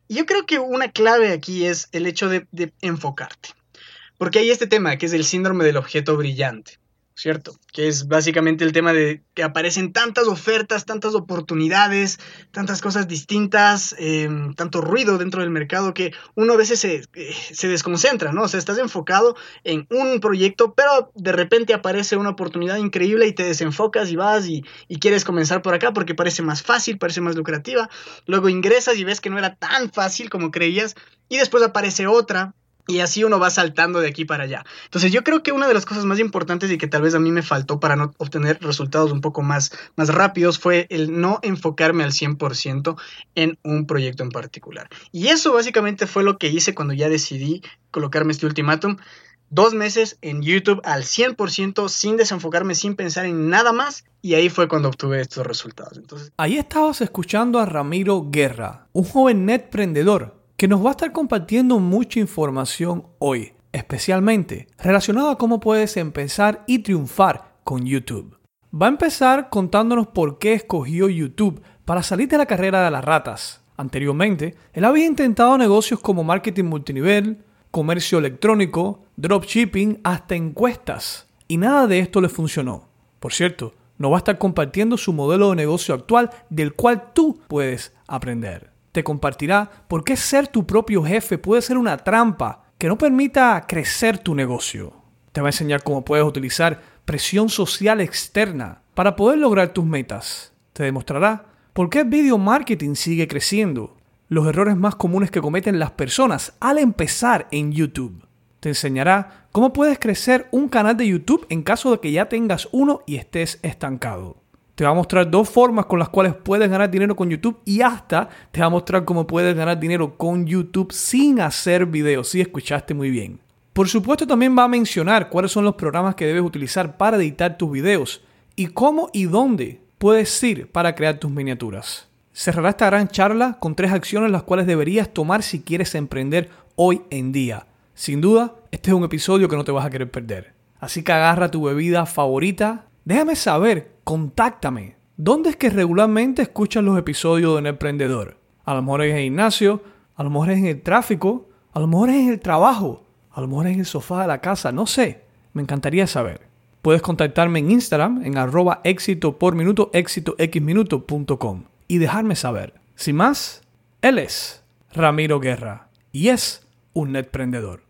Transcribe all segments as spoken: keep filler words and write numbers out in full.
Y yo creo que una clave aquí es el hecho de, de enfocarte. Porque hay este tema que es el síndrome del objeto brillante, ¿cierto? Que es básicamente el tema de que aparecen tantas ofertas, tantas oportunidades, tantas cosas distintas, eh, tanto ruido dentro del mercado que uno a veces se, eh, se desconcentra, ¿no? O sea, estás enfocado en un proyecto, pero de repente aparece una oportunidad increíble y te desenfocas y vas y, y quieres comenzar por acá porque parece más fácil, parece más lucrativa. Luego ingresas y ves que no era tan fácil como creías y después aparece otra. Y así uno va saltando de aquí para allá. Entonces yo creo que una de las cosas más importantes y que tal vez a mí me faltó para no obtener resultados un poco más, más rápidos fue el no enfocarme al cien por ciento en un proyecto en particular. Y eso básicamente fue lo que hice cuando ya decidí colocarme este ultimátum. Dos meses en YouTube al cien por ciento sin desenfocarme, sin pensar en nada más. Y ahí fue cuando obtuve estos resultados. Entonces... Ahí estabas escuchando a Ramiro Guerra, un joven netprendedor que nos va a estar compartiendo mucha información hoy, especialmente relacionada a cómo puedes empezar y triunfar con YouTube. Va a empezar contándonos por qué escogió YouTube para salir de la carrera de las ratas. Anteriormente, él había intentado negocios como marketing multinivel, comercio electrónico, dropshipping, hasta encuestas, y nada de esto le funcionó. Por cierto, nos va a estar compartiendo su modelo de negocio actual del cual tú puedes aprender. Te compartirá por qué ser tu propio jefe puede ser una trampa que no permita crecer tu negocio. Te va a enseñar cómo puedes utilizar presión social externa para poder lograr tus metas. Te demostrará por qué el video marketing sigue creciendo, los errores más comunes que cometen las personas al empezar en YouTube. Te enseñará cómo puedes crecer un canal de YouTube en caso de que ya tengas uno y estés estancado. Te va a mostrar dos formas con las cuales puedes ganar dinero con YouTube y hasta te va a mostrar cómo puedes ganar dinero con YouTube sin hacer videos. Sí, escuchaste muy bien. Por supuesto, también va a mencionar cuáles son los programas que debes utilizar para editar tus videos y cómo y dónde puedes ir para crear tus miniaturas. Cerrará esta gran charla con tres acciones las cuales deberías tomar si quieres emprender hoy en día. Sin duda, este es un episodio que no te vas a querer perder. Así que agarra tu bebida favorita. Déjame saber, contáctame. ¿Dónde es que regularmente escuchas los episodios de Netprendedor? A lo mejor es en el gimnasio, a lo mejor es en el tráfico, a lo mejor es en el trabajo, a lo mejor es en el sofá de la casa, no sé. Me encantaría saber. Puedes contactarme en Instagram en arroba éxito por minuto, éxito x minuto punto com y dejarme saber. Sin más, él es Ramiro Guerra y es un netprendedor.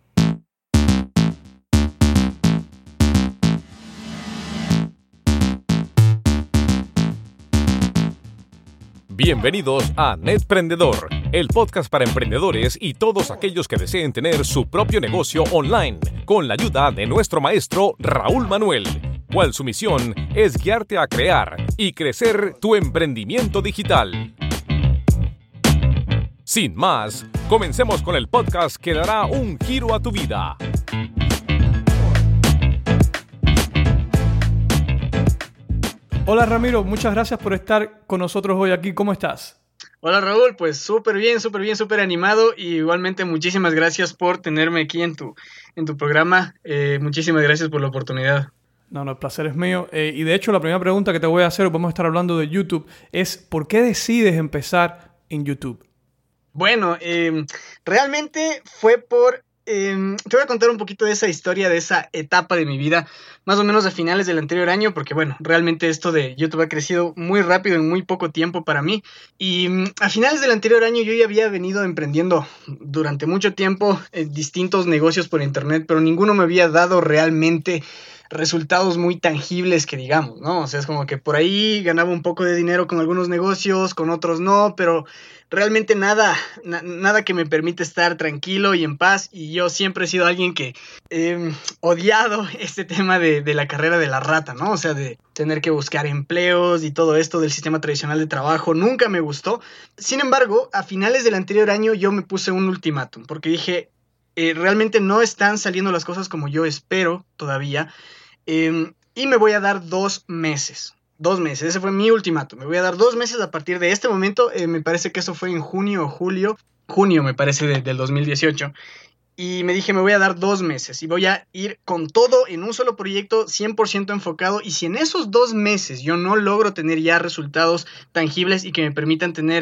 Bienvenidos a Netprendedor, el podcast para emprendedores y todos aquellos que deseen tener su propio negocio online, con la ayuda de nuestro maestro Raúl Manuel, cual su misión es guiarte a crear y crecer tu emprendimiento digital. Sin más, comencemos con el podcast que dará un giro a tu vida. Hola Ramiro, muchas gracias por estar con nosotros hoy aquí. ¿Cómo estás? Hola Raúl, pues súper bien, súper bien, súper animado y igualmente muchísimas gracias por tenerme aquí en tu, en tu programa. Eh, muchísimas gracias por la oportunidad. No, no, el placer es mío. Eh, y de hecho la primera pregunta que te voy a hacer, vamos a estar hablando de YouTube, es ¿por qué decides empezar en YouTube? Bueno, eh, realmente fue por... Eh, te voy a contar un poquito de esa historia, de esa etapa de mi vida, más o menos a finales del anterior año, porque bueno, realmente esto de YouTube ha crecido muy rápido en muy poco tiempo para mí. Y mm, a finales del anterior año yo ya había venido emprendiendo durante mucho tiempo eh, distintos negocios por internet, pero ninguno me había dado realmente resultados muy tangibles que digamos, ¿no? O sea, es como que por ahí ganaba un poco de dinero con algunos negocios, con otros no, pero realmente nada, na- nada que me permite estar tranquilo y en paz. Y yo siempre he sido alguien que eh, odiado este tema de, de la carrera de la rata, ¿no? O sea, de tener que buscar empleos y todo esto del sistema tradicional de trabajo, nunca me gustó. Sin embargo, a finales del anterior año yo me puse un ultimátum, porque dije, eh, realmente no están saliendo las cosas como yo espero todavía. Eh, y me voy a dar dos meses. Dos meses, ese fue mi ultimátum. Me voy a dar dos meses a partir de este momento. Eh, me parece que eso fue en junio o julio. Junio, me parece, de, del dos mil dieciocho. Y me dije, me voy a dar dos meses y voy a ir con todo en un solo proyecto cien por ciento enfocado. Y si en esos dos meses yo no logro tener ya resultados tangibles y que me permitan tener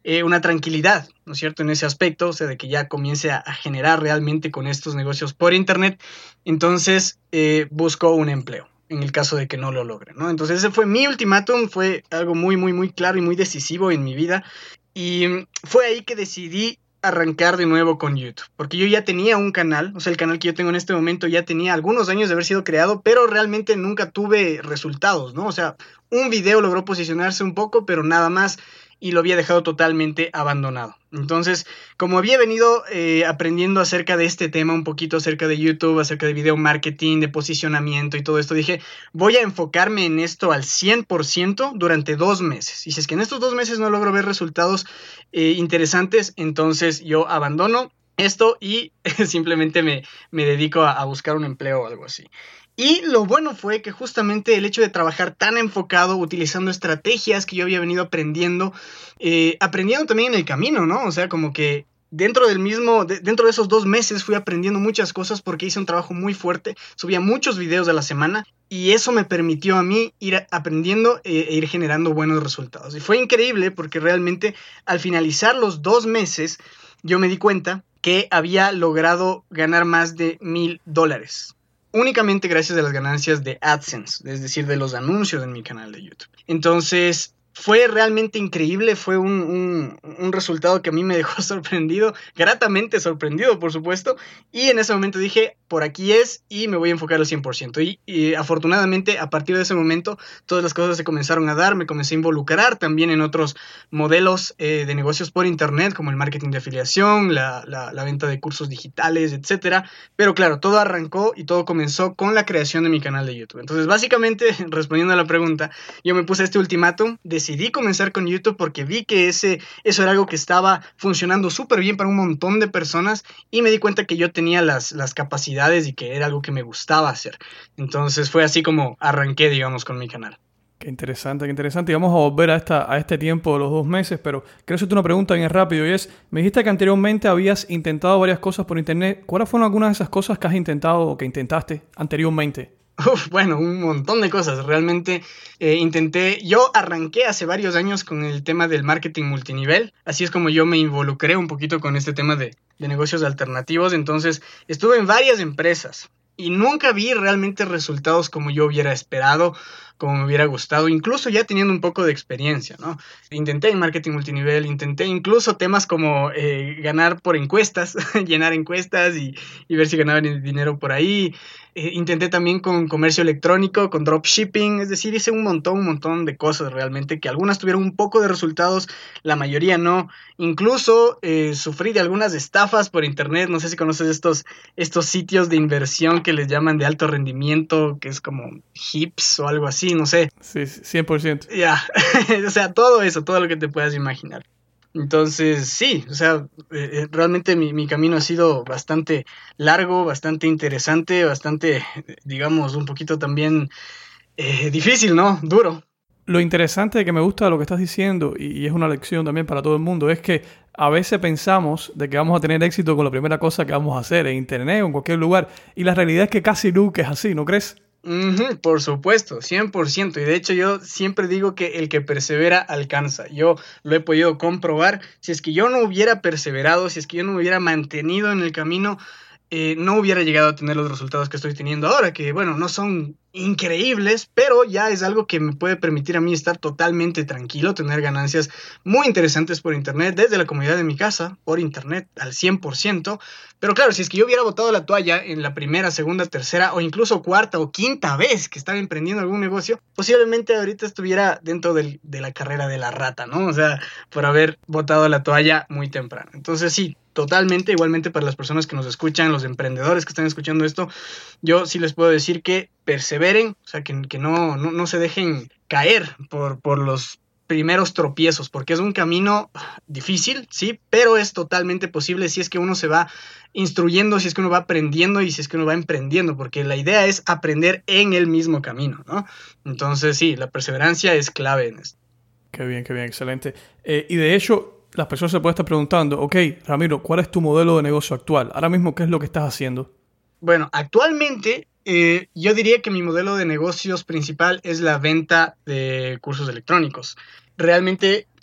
eh, una tranquilidad, ¿no es cierto?, en ese aspecto, o sea, de que ya comience a, a generar realmente con estos negocios por internet. Entonces eh, busco un empleo en el caso de que no lo logre, ¿no? Entonces ese fue mi ultimátum, fue algo muy, muy, muy claro y muy decisivo en mi vida. Y fue ahí que decidí arrancar de nuevo con YouTube, porque yo ya tenía un canal, o sea, el canal que yo tengo en este momento ya tenía algunos años de haber sido creado, pero realmente nunca tuve resultados, ¿no? O sea, un video logró posicionarse un poco, pero nada más, y lo había dejado totalmente abandonado. Entonces, como había venido eh, aprendiendo acerca de este tema, un poquito acerca de YouTube, acerca de video marketing, de posicionamiento y todo esto, dije, voy a enfocarme en esto al cien por ciento durante dos meses. Y si es que en estos dos meses no logro ver resultados eh, interesantes, entonces yo abandono esto y simplemente me, me dedico a, a buscar un empleo o algo así. Y lo bueno fue que justamente el hecho de trabajar tan enfocado, utilizando estrategias que yo había venido aprendiendo, eh, aprendiendo también en el camino, ¿no? O sea, como que dentro del mismo, de, dentro de esos dos meses fui aprendiendo muchas cosas porque hice un trabajo muy fuerte, subía muchos videos a la semana y eso me permitió a mí ir aprendiendo e, e ir generando buenos resultados. Y fue increíble porque realmente al finalizar los dos meses yo me di cuenta que había logrado ganar más de mil dólares. Únicamente gracias a las ganancias de AdSense, es decir, de los anuncios en mi canal de YouTube. Entonces, fue realmente increíble, fue un, un, un resultado que a mí me dejó sorprendido, gratamente sorprendido, por supuesto, y en ese momento dije, por aquí es, y me voy a enfocar al cien por ciento. Y, y afortunadamente, a partir de ese momento, todas las cosas se comenzaron a dar, me comencé a involucrar también en otros modelos eh, de negocios por internet, como el marketing de afiliación, la, la, la venta de cursos digitales, etcétera. Pero claro, todo arrancó y todo comenzó con la creación de mi canal de YouTube. Entonces, básicamente, respondiendo a la pregunta, yo me puse este ultimátum, decidí comenzar con YouTube porque vi que ese, eso era algo que estaba funcionando súper bien para un montón de personas y me di cuenta que yo tenía las, las capacidades y que era algo que me gustaba hacer. Entonces fue así como arranqué, digamos, con mi canal. Qué interesante, qué interesante. Y vamos a volver a, esta, a este tiempo de los dos meses, pero quiero hacerte una pregunta bien rápido y es, me dijiste que anteriormente habías intentado varias cosas por internet. ¿Cuáles fueron algunas de esas cosas que has intentado o que intentaste anteriormente? Uf, bueno, un montón de cosas. Realmente eh, intenté, yo arranqué hace varios años con el tema del marketing multinivel. Así es como yo me involucré un poquito con este tema de, de negocios alternativos. Entonces estuve en varias empresas y nunca vi realmente resultados como yo hubiera esperado, como me hubiera gustado, incluso ya teniendo un poco de experiencia, ¿no? Intenté en marketing multinivel, intenté incluso temas como eh, ganar por encuestas, llenar encuestas y, y ver si ganaba dinero por ahí. Eh, intenté también con comercio electrónico, con dropshipping, es decir, hice un montón, un montón de cosas realmente, que algunas tuvieron un poco de resultados, la mayoría no. Incluso eh, sufrí de algunas estafas por internet, no sé si conoces estos, estos sitios de inversión que les llaman de alto rendimiento, que es como Hips o algo así, no sé. Sí, cien por ciento. Ya, yeah. O sea, todo eso, todo lo que te puedas imaginar. Entonces, sí, o sea, eh, realmente mi, mi camino ha sido bastante largo, bastante interesante, bastante, digamos, un poquito también eh, difícil, ¿no? Duro. Lo interesante que me gusta de lo que estás diciendo, y, y es una lección también para todo el mundo, es que a veces pensamos de que vamos a tener éxito con la primera cosa que vamos a hacer en internet o en cualquier lugar, y la realidad es que casi nunca es así, ¿no crees? Uh-huh, por supuesto, cien por ciento. Y de hecho yo siempre digo que el que persevera alcanza. Yo lo he podido comprobar. Si es que yo no hubiera perseverado, si es que yo no me hubiera mantenido en el camino, eh, no hubiera llegado a tener los resultados que estoy teniendo ahora, que bueno, no son increíbles, pero ya es algo que me puede permitir a mí estar totalmente tranquilo, tener ganancias muy interesantes por internet, desde la comodidad de mi casa, por internet, al cien por ciento. Pero claro, si es que yo hubiera botado la toalla en la primera, segunda, tercera o incluso cuarta o quinta vez que estaba emprendiendo algún negocio, posiblemente ahorita estuviera dentro del, de la carrera de la rata, ¿no? O sea, por haber botado la toalla muy temprano. Entonces sí, totalmente, igualmente para las personas que nos escuchan, los emprendedores que están escuchando esto, yo sí les puedo decir que perseveren, o sea, que, que no, no, no se dejen caer por, por los primeros tropiezos, porque es un camino difícil, sí, pero es totalmente posible si es que uno se va instruyendo, si es que uno va aprendiendo y si es que uno va emprendiendo, porque la idea es aprender en el mismo camino, ¿no? Entonces sí, la perseverancia es clave en esto. Qué bien, qué bien, excelente. Eh, y de hecho, las personas se pueden estar preguntando, ok, Ramiro, ¿cuál es tu modelo de negocio actual? Ahora mismo, ¿qué es lo que estás haciendo? Bueno, actualmente eh, yo diría que mi modelo de negocios principal es la venta de cursos electrónicos. Realmente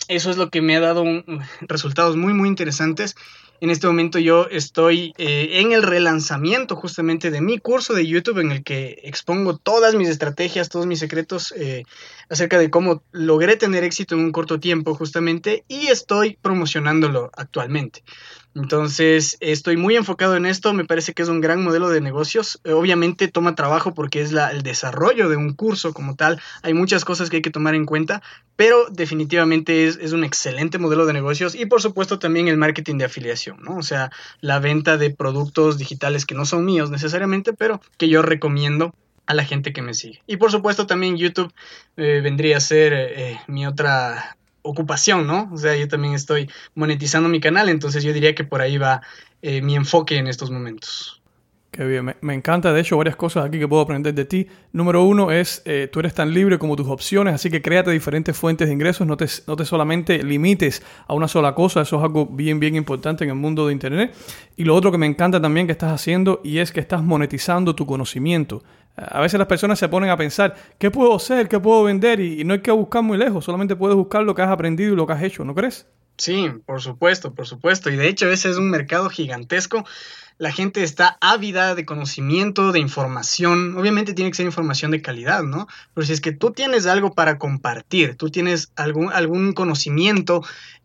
eso es lo que me ha dado un, resultados muy, muy interesantes. En este momento yo estoy eh, en el relanzamiento justamente de mi curso de YouTube en el que expongo todas mis estrategias, todos mis secretos eh, acerca de cómo logré tener éxito en un corto tiempo justamente, y estoy promocionándolo actualmente. Entonces estoy muy enfocado en esto, me parece que es un gran modelo de negocios. Eh, obviamente toma trabajo porque es la, el desarrollo de un curso como tal, hay muchas cosas que hay que tomar en cuenta, pero definitivamente es, es un excelente modelo de negocios, y por supuesto también el marketing de afiliación, ¿no? O sea, la venta de productos digitales que no son míos necesariamente, pero que yo recomiendo a la gente que me sigue. Y por supuesto también YouTube eh, vendría a ser eh, mi otra ocupación, ¿no? O sea, yo también estoy monetizando mi canal, entonces yo diría que por ahí va eh, mi enfoque en estos momentos. Qué bien, me, me encanta, de hecho, varias cosas aquí que puedo aprender de ti. Número uno es, eh, tú eres tan libre como tus opciones, así que créate diferentes fuentes de ingresos, no te, no te solamente limites a una sola cosa, eso es algo bien, bien importante en el mundo de Internet. Y lo otro que me encanta también que estás haciendo, y es que estás monetizando tu conocimiento. A veces las personas se ponen a pensar, ¿qué puedo hacer? ¿Qué puedo vender? Y, y no hay que buscar muy lejos, solamente puedes buscar lo que has aprendido y lo que has hecho, ¿no crees? Sí, por supuesto, por supuesto. Y de hecho ese es un mercado gigantesco. La gente está ávida de conocimiento, de información. Obviamente tiene que ser información de calidad, ¿no? Pero si es que tú tienes algo para compartir, tú tienes algún, algún conocimiento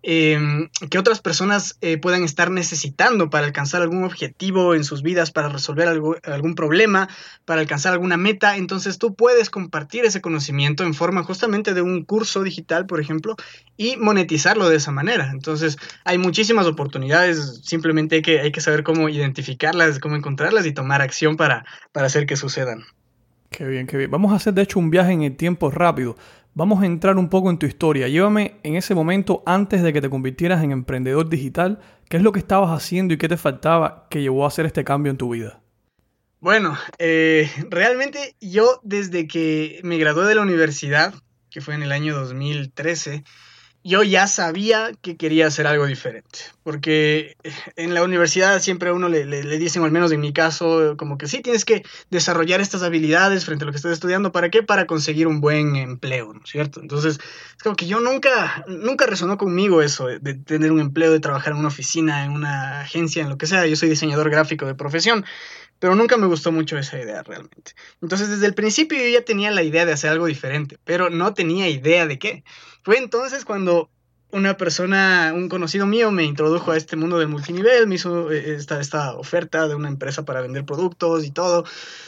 eh, que otras personas eh, puedan estar necesitando para alcanzar algún objetivo en sus vidas, para resolver algo, algún problema, para alcanzar alguna meta, entonces tú puedes compartir ese conocimiento en forma justamente de un curso digital, por ejemplo, y monetizarlo de esa manera. Entonces hay muchísimas oportunidades, simplemente hay que, hay que saber cómo identificarlas, cómo encontrarlas y tomar acción para, para hacer que sucedan. Qué bien, qué bien. Vamos a hacer de hecho un viaje en el tiempo rápido. Vamos a entrar un poco en tu historia. Llévame en ese momento antes de que te convirtieras en emprendedor digital. ¿Qué es lo que estabas haciendo y qué te faltaba que llevó a hacer este cambio en tu vida? Bueno, eh, realmente yo desde que me gradué de la universidad, que fue en el año dos mil trece, yo ya sabía que quería hacer algo diferente, porque en la universidad siempre a uno le, le, le dicen, o al menos en mi caso, como que sí, tienes que desarrollar estas habilidades frente a lo que estás estudiando. ¿Para qué? Para conseguir un buen empleo, ¿no es cierto? Entonces, es como que yo nunca, nunca resonó conmigo eso, de, de tener un empleo, de trabajar en una oficina, en una agencia, en lo que sea. Yo soy diseñador gráfico de profesión, pero nunca me gustó mucho esa idea realmente. Entonces, desde el principio yo ya tenía la idea de hacer algo diferente, pero no tenía idea de qué. Fue entonces cuando una persona, un conocido mío, me introdujo a este mundo del multinivel, me hizo esta, esta oferta de una empresa para vender productos y todo.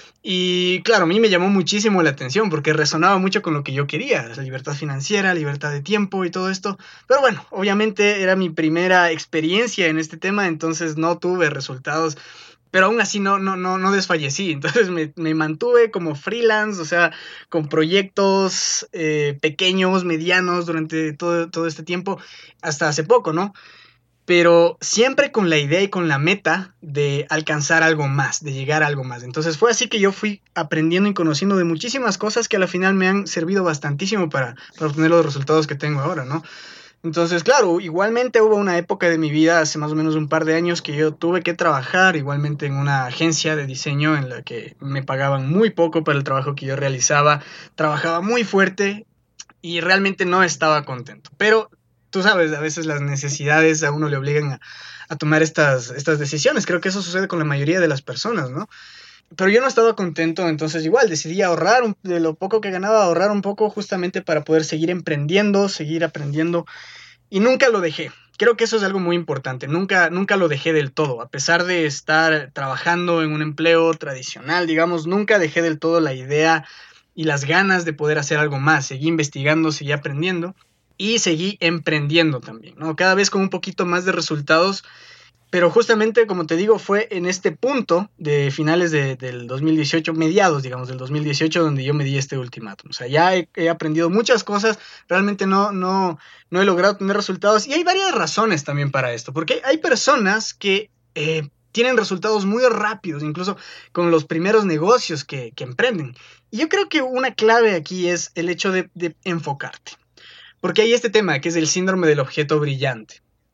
Y claro, a mí me llamó muchísimo la atención porque resonaba mucho con lo que yo quería, la libertad financiera, libertad de tiempo y todo esto. Pero bueno, obviamente era mi primera experiencia en este tema, entonces no tuve resultados. Pero aún así no, no, no, no desfallecí, entonces me, me mantuve como freelance, o sea, con proyectos eh, pequeños, medianos, durante todo, todo este tiempo, hasta hace poco, ¿no? Pero siempre con la idea y con la meta de alcanzar algo más, de llegar a algo más. Entonces fue así que yo fui aprendiendo y conociendo de muchísimas cosas que a la final me han servido bastantísimo para, para obtener los resultados que tengo ahora, ¿no? Entonces, claro, igualmente hubo una época de mi vida, hace más o menos un par de años, que yo tuve que trabajar igualmente en una agencia de diseño en la que me pagaban muy poco para el trabajo que yo realizaba, trabajaba muy fuerte y realmente no estaba contento. Pero tú sabes, a veces las necesidades a uno le obligan a, a tomar estas, estas decisiones. Creo que eso sucede con la mayoría de las personas, ¿no? Pero yo no estaba contento, entonces igual decidí ahorrar un, de lo poco que ganaba, ahorrar un poco justamente para poder seguir emprendiendo, seguir aprendiendo, y nunca lo dejé. Creo que eso es algo muy importante, nunca, nunca lo dejé del todo, a pesar de estar trabajando en un empleo tradicional, digamos, nunca dejé del todo la idea y las ganas de poder hacer algo más. Seguí investigando, seguí aprendiendo y seguí emprendiendo también, ¿no? Cada vez con un poquito más de resultados. Pero justamente, como te digo, fue en este punto de finales de, del dos mil dieciocho, mediados, digamos, del dos mil dieciocho, donde yo me di este ultimátum. O sea, ya he, he aprendido muchas cosas, realmente no, no, no he logrado tener resultados. Y hay varias razones también para esto, porque hay personas que eh, tienen resultados muy rápidos, incluso con los primeros negocios que, que emprenden. Y yo creo que una clave aquí es el hecho de, de enfocarte. Porque hay este tema que es el síndrome del objeto brillante.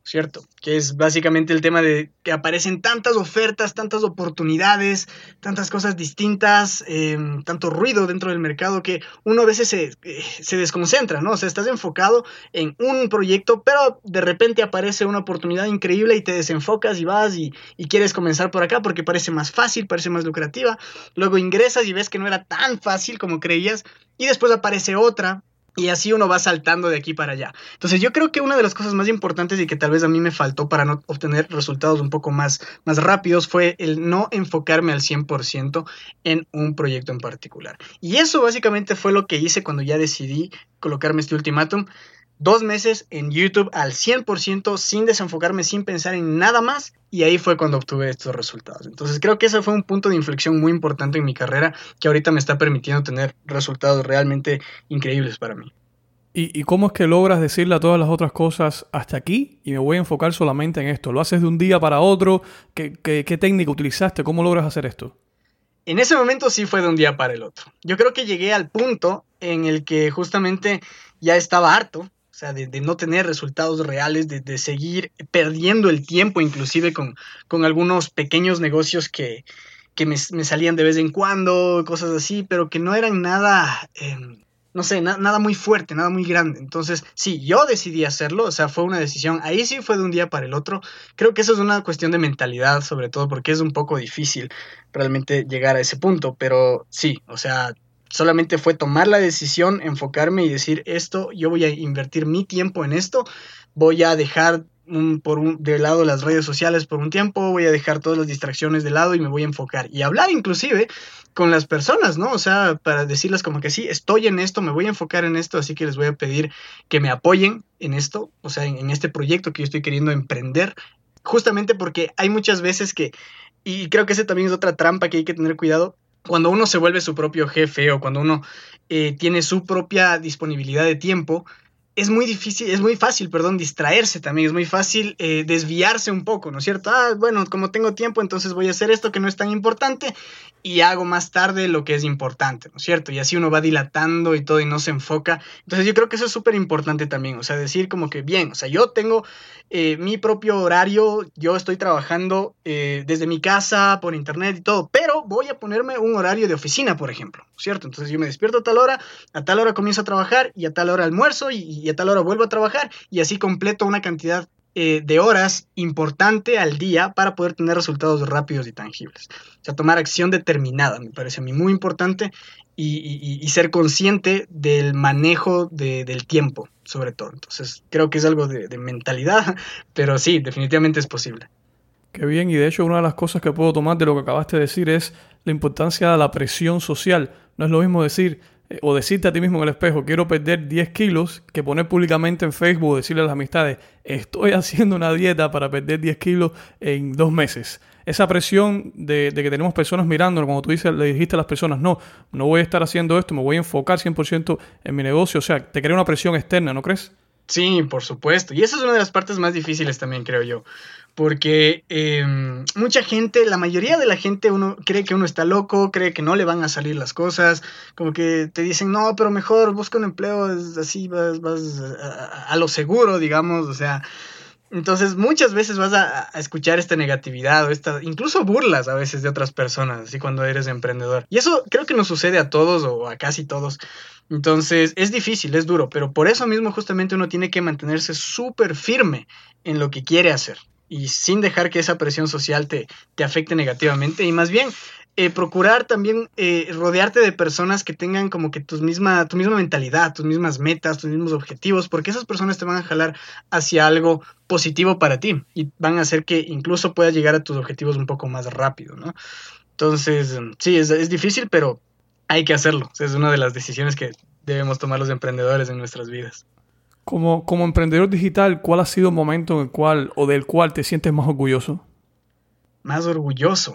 ¿cierto? Que es básicamente el tema de que aparecen tantas ofertas, tantas oportunidades, tantas cosas distintas, eh, tanto ruido dentro del mercado que uno a veces se, eh, se desconcentra, ¿no? O sea, estás enfocado en un proyecto, pero de repente aparece una oportunidad increíble y te desenfocas y vas y, y quieres comenzar por acá porque parece más fácil, parece más lucrativa. Luego ingresas y ves que no era tan fácil como creías y después aparece otra. Y así uno va saltando de aquí para allá. Entonces yo creo que una de las cosas más importantes y que tal vez a mí me faltó para no obtener resultados un poco más, más rápidos fue el no enfocarme al cien por ciento en un proyecto en particular. Y eso básicamente fue lo que hice cuando ya decidí colocarme este ultimátum. Dos meses en YouTube al cien por ciento sin desenfocarme, sin pensar en nada más. Y ahí fue cuando obtuve estos resultados. Entonces creo que ese fue un punto de inflexión muy importante en mi carrera que ahorita me está permitiendo tener resultados realmente increíbles para mí. ¿Y, ¿Y cómo es que logras decirle a todas las otras cosas hasta aquí y me voy a enfocar solamente en esto? ¿Lo haces de un día para otro? ¿Qué, qué, qué técnica utilizaste? ¿Cómo logras hacer esto? En ese momento sí fue de un día para el otro. Yo creo que llegué al punto en el que justamente ya estaba harto. O sea, de, de no tener resultados reales, de, de seguir perdiendo el tiempo inclusive con, con algunos pequeños negocios que, que me, me salían de vez en cuando, cosas así, pero que no eran nada, eh, no sé, na, nada muy fuerte, nada muy grande. Entonces, sí, yo decidí hacerlo, o sea, fue una decisión, ahí sí fue de un día para el otro. Creo que eso es una cuestión de mentalidad, sobre todo porque es un poco difícil realmente llegar a ese punto, pero sí, o sea... Solamente fue tomar la decisión, enfocarme y decir esto, yo voy a invertir mi tiempo en esto, voy a dejar un, por un, de lado las redes sociales por un tiempo, voy a dejar todas las distracciones de lado y me voy a enfocar. Y hablar inclusive con las personas, ¿no? O sea, para decirles como que sí, estoy en esto, me voy a enfocar en esto, así que les voy a pedir que me apoyen en esto, o sea, en, en este proyecto que yo estoy queriendo emprender, justamente porque hay muchas veces que, y creo que ese también es otra trampa que hay que tener cuidado, cuando uno se vuelve su propio jefe o cuando uno eh, tiene su propia disponibilidad de tiempo, es muy difícil, es muy fácil, perdón, distraerse también, es muy fácil eh, desviarse un poco, ¿no es cierto? Ah, bueno, como tengo tiempo, entonces voy a hacer esto que no es tan importante y hago más tarde lo que es importante, ¿no es cierto? Y así uno va dilatando y todo y no se enfoca. Entonces yo creo que eso es súper importante también, o sea, decir como que bien, o sea, yo tengo eh, mi propio horario, yo estoy trabajando eh, desde mi casa, por internet y todo, pero voy a ponerme un horario de oficina, por ejemplo, ¿cierto? Entonces yo me despierto a tal hora, a tal hora comienzo a trabajar y a tal hora almuerzo y, y a tal hora vuelvo a trabajar y así completo una cantidad eh, de horas importante al día para poder tener resultados rápidos y tangibles. O sea, tomar acción determinada me parece a mí muy importante y, y, y ser consciente del manejo de, del tiempo, sobre todo. Entonces, creo que es algo de, de mentalidad, pero sí, definitivamente es posible. Qué bien, y de hecho una de las cosas que puedo tomar de lo que acabaste de decir es la importancia de la presión social. No es lo mismo decir eh, o decirte a ti mismo en el espejo, quiero perder diez kilos, que poner públicamente en Facebook o decirle a las amistades, estoy haciendo una dieta para perder diez kilos en dos meses. Esa presión de, de que tenemos personas mirándonos, como tú dices, le dijiste a las personas, no, no voy a estar haciendo esto, me voy a enfocar cien por ciento en mi negocio. O sea, te crea una presión externa, ¿no crees? Sí, por supuesto. Y esa es una de las partes más difíciles también, creo yo. Porque eh, mucha gente, la mayoría de la gente uno cree que uno está loco, cree que no le van a salir las cosas, como que te dicen, no, pero mejor busca un empleo, así vas, vas a, a lo seguro, digamos, o sea... Entonces muchas veces vas a, a escuchar esta negatividad o esta, incluso burlas a veces de otras personas, así cuando eres emprendedor. Y eso creo que nos sucede a todos o a casi todos. Entonces es difícil, es duro, pero por eso mismo justamente uno tiene que mantenerse súper firme en lo que quiere hacer y sin dejar que esa presión social te, te afecte negativamente y más bien eh, procurar también eh, rodearte de personas que tengan como que tus misma, tu misma mentalidad, tus mismas metas, tus mismos objetivos, porque esas personas te van a jalar hacia algo positivo para ti y van a hacer que incluso puedas llegar a tus objetivos un poco más rápido, ¿no? Entonces, sí, es, es difícil, pero hay que hacerlo. O sea, es una de las decisiones que debemos tomar los emprendedores en nuestras vidas. Como, como emprendedor digital, ¿cuál ha sido el momento en el cual o del cual te sientes más orgulloso? Más orgulloso.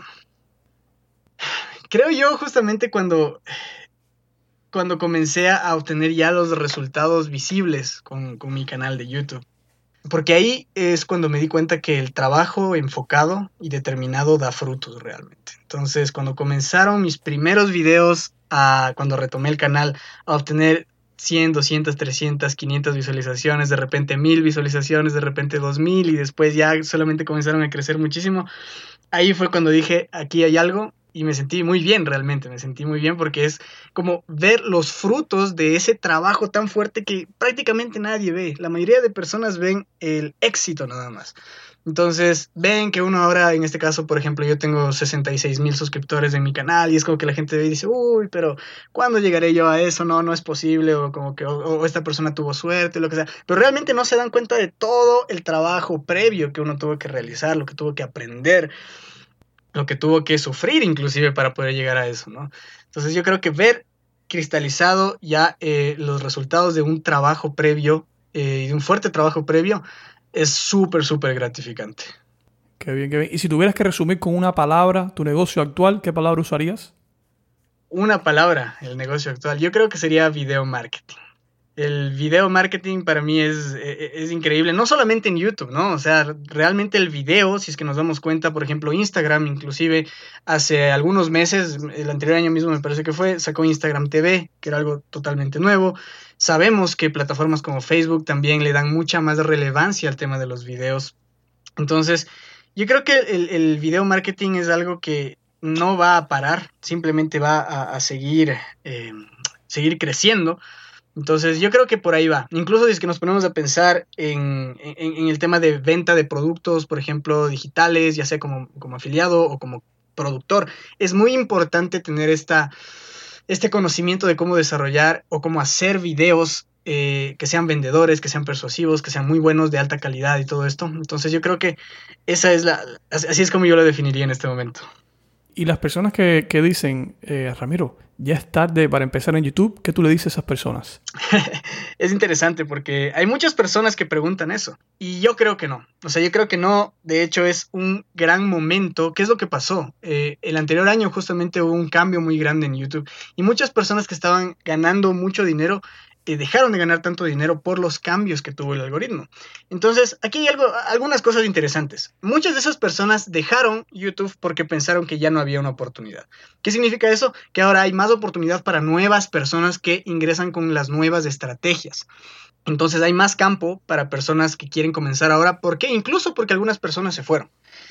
Creo yo justamente cuando, cuando comencé a obtener ya los resultados visibles con, con mi canal de YouTube. Porque ahí es cuando me di cuenta que el trabajo enfocado y determinado da frutos realmente. Entonces, cuando comenzaron mis primeros videos, a, cuando retomé el canal, a obtener cien, doscientas, trescientas, quinientas visualizaciones, de repente mil visualizaciones, de repente dos mil y después ya solamente comenzaron a crecer muchísimo. Ahí fue cuando dije, aquí hay algo y me sentí muy bien realmente, me sentí muy bien porque es como ver los frutos de ese trabajo tan fuerte que prácticamente nadie ve. La mayoría de personas ven el éxito nada más. Entonces ven que uno ahora, en este caso, por ejemplo, yo tengo sesenta y seis mil suscriptores en mi canal y es como que la gente ve y dice, uy, pero ¿cuándo llegaré yo a eso? No, no es posible, o como que o, o esta persona tuvo suerte, lo que sea. Pero realmente no se dan cuenta de todo el trabajo previo que uno tuvo que realizar, lo que tuvo que aprender, lo que tuvo que sufrir inclusive para poder llegar a eso, ¿no? Entonces yo creo que ver cristalizado ya eh, los resultados de un trabajo previo eh, y de un fuerte trabajo previo es súper, súper gratificante. Qué bien, qué bien. Y si tuvieras que resumir con una palabra tu negocio actual, ¿qué palabra usarías? Una palabra, el negocio actual. Yo creo que sería video marketing. El video marketing para mí es, es increíble, no solamente en YouTube, ¿no? O sea, realmente el video, si es que nos damos cuenta, por ejemplo, Instagram, inclusive hace algunos meses, el anterior año mismo me parece que fue, sacó Instagram T V, que era algo totalmente nuevo. Sabemos que plataformas como Facebook también le dan mucha más relevancia al tema de los videos. Entonces, yo creo que el, el video marketing es algo que no va a parar, simplemente va a, a seguir, eh, seguir creciendo. Entonces yo creo que por ahí va. Incluso si es que nos ponemos a pensar en, en, en el tema de venta de productos, por ejemplo, digitales, ya sea como, como afiliado o como productor, es muy importante tener esta, este conocimiento de cómo desarrollar o cómo hacer videos eh, que sean vendedores, que sean persuasivos, que sean muy buenos, de alta calidad y todo esto. Entonces yo creo que esa es la, así es como yo lo definiría en este momento. Y las personas que, que dicen, eh, Ramiro, ya es tarde para empezar en YouTube, ¿qué tú le dices a esas personas? Es interesante porque hay muchas personas que preguntan eso y yo creo que no. O sea, yo creo que no. De hecho, es un gran momento. ¿Qué es lo que pasó? Eh, el anterior año justamente hubo un cambio muy grande en YouTube y muchas personas que estaban ganando mucho dinero eh, dejaron de ganar tanto dinero por los cambios que tuvo el algoritmo. Entonces, aquí hay algo, algunas cosas interesantes. Muchas de esas personas dejaron YouTube porque pensaron que ya no había una oportunidad. ¿Qué significa eso? Que ahora hay más oportunidad para nuevas personas que ingresan con las nuevas estrategias. Entonces hay más campo para personas que quieren comenzar ahora. ¿Por qué? Incluso porque algunas personas se fueron.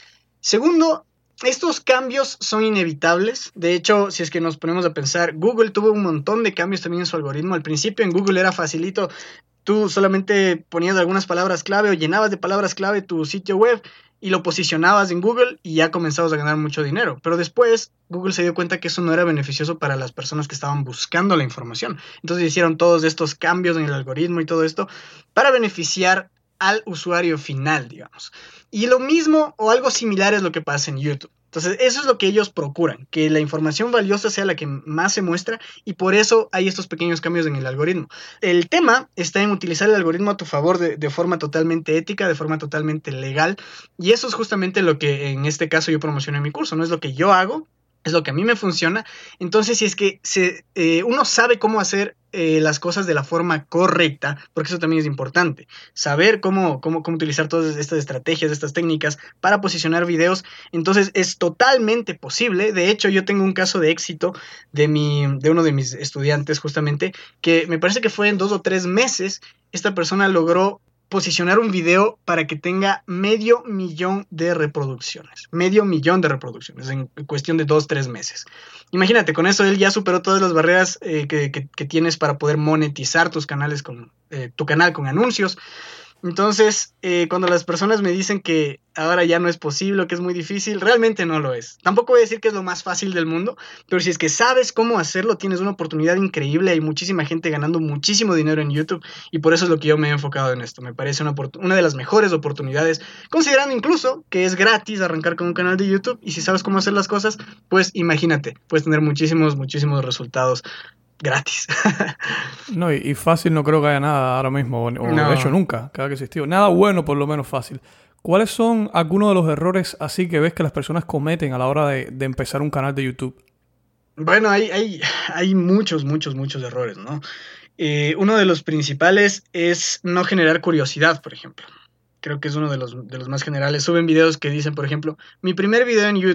Segundo, estos cambios son inevitables. De hecho, si es que nos ponemos a pensar, Google tuvo un montón de cambios también en su algoritmo. Al principio en Google era facilito. Tú solamente ponías algunas palabras clave o llenabas de palabras clave tu sitio web y lo posicionabas en Google y ya comenzabas a ganar mucho dinero. Pero después Google se dio cuenta que eso no era beneficioso para las personas que estaban buscando la información. Entonces hicieron todos estos cambios en el algoritmo y todo esto para beneficiar al usuario final, digamos. Y lo mismo o algo similar es lo que pasa en YouTube. Entonces, eso es lo que ellos procuran, que la información valiosa sea la que más se muestra y por eso hay estos pequeños cambios en el algoritmo. El tema está en utilizar el algoritmo a tu favor de, de forma totalmente ética, de forma totalmente legal y eso es justamente lo que en este caso yo promociono en mi curso, no es lo que yo hago, es lo que a mí me funciona. Entonces, si es que se, eh, uno sabe cómo hacer eh, las cosas de la forma correcta, porque eso también es importante, saber cómo, cómo, cómo utilizar todas estas estrategias, estas técnicas para posicionar videos, entonces es totalmente posible. De hecho, yo tengo un caso de éxito de, mi, de uno de mis estudiantes justamente, que me parece que fue en dos o tres meses, esta persona logró posicionar un video para que tenga medio millón de reproducciones. Medio millón de reproducciones en cuestión de dos, tres meses. Imagínate, con eso él ya superó todas las barreras eh, que, que, que tienes para poder monetizar tus canales con, eh, tu canal con anuncios. Entonces, eh, cuando las personas me dicen que ahora ya no es posible, que es muy difícil, realmente no lo es. Tampoco voy a decir que es lo más fácil del mundo, pero si es que sabes cómo hacerlo, tienes una oportunidad increíble. Hay muchísima gente ganando muchísimo dinero en YouTube y por eso es lo que yo me he enfocado en esto. Me parece una, una de las mejores oportunidades, considerando incluso que es gratis arrancar con un canal de YouTube y si sabes cómo hacer las cosas, pues imagínate, puedes tener muchísimos, muchísimos resultados gratis. No, y, y fácil no creo que haya nada ahora mismo, o, o No. de hecho nunca, cada que existió. Nada bueno, por lo menos fácil. ¿Cuáles son algunos de los errores así que ves que las personas cometen a la hora de, de empezar un canal de YouTube? Bueno, hay, hay, hay muchos, muchos, muchos errores, ¿no? Eh, uno de los principales es no generar curiosidad, por ejemplo. Creo que es uno de los, de los más generales. Suben videos que dicen, por ejemplo, mi primer video en YouTube.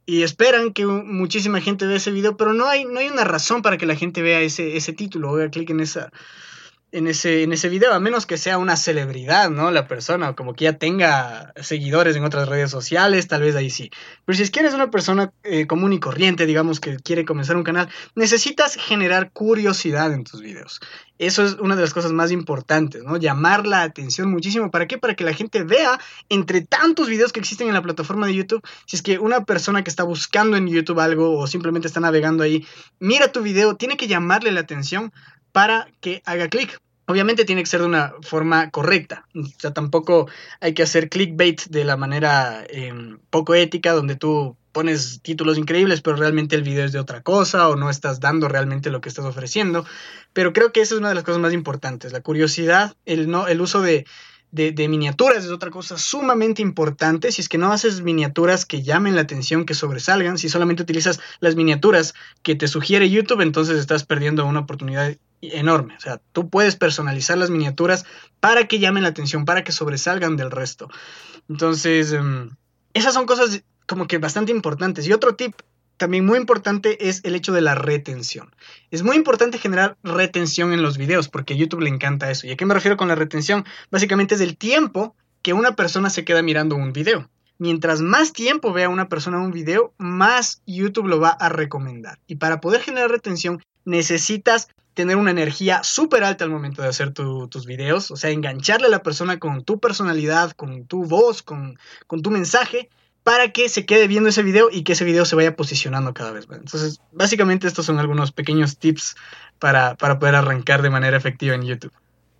y esperan que muchísima gente vea ese video, pero no hay, no hay una razón para que la gente vea ese, ese título o haga clic en esa... En ese, en ese video, a menos que sea una celebridad, ¿no? La persona, o como que ya tenga seguidores en otras redes sociales, tal vez ahí sí. Pero si es que eres una persona eh, común y corriente, digamos, que quiere comenzar un canal, necesitas generar curiosidad en tus videos. Eso es una de las cosas más importantes, ¿no? Llamar la atención muchísimo. ¿Para qué? Para que la gente vea, entre tantos videos que existen en la plataforma de YouTube, si es que una persona que está buscando en YouTube algo o simplemente está navegando ahí, mira tu video, tiene que llamarle la atención para que haga clic. Obviamente tiene que ser de una forma correcta. O sea, tampoco hay que hacer clickbait de la manera eh, poco ética, donde tú pones títulos increíbles, pero realmente el video es de otra cosa o no estás dando realmente lo que estás ofreciendo. Pero creo que esa es una de las cosas más importantes. La curiosidad, el, no, el uso de... De, de miniaturas es otra cosa sumamente importante. Si es que no haces miniaturas que llamen la atención, que sobresalgan, si solamente utilizas las miniaturas que te sugiere YouTube, entonces estás perdiendo una oportunidad enorme. O sea, tú puedes personalizar las miniaturas para que llamen la atención, para que sobresalgan del resto. Entonces, um, esas son cosas como que bastante importantes. Y otro tip también muy importante es el hecho de la retención. Es muy importante generar retención en los videos porque a YouTube le encanta eso. ¿Y a qué me refiero con la retención? Básicamente es el tiempo que una persona se queda mirando un video. Mientras más tiempo vea una persona un video, más YouTube lo va a recomendar. Y para poder generar retención necesitas tener una energía súper alta al momento de hacer tu, tus videos. O sea, engancharle a la persona con tu personalidad, con tu voz, con, con tu mensaje, para que se quede viendo ese video y que ese video se vaya posicionando cada vez más. Entonces, básicamente estos son algunos pequeños tips para, para poder arrancar de manera efectiva en YouTube.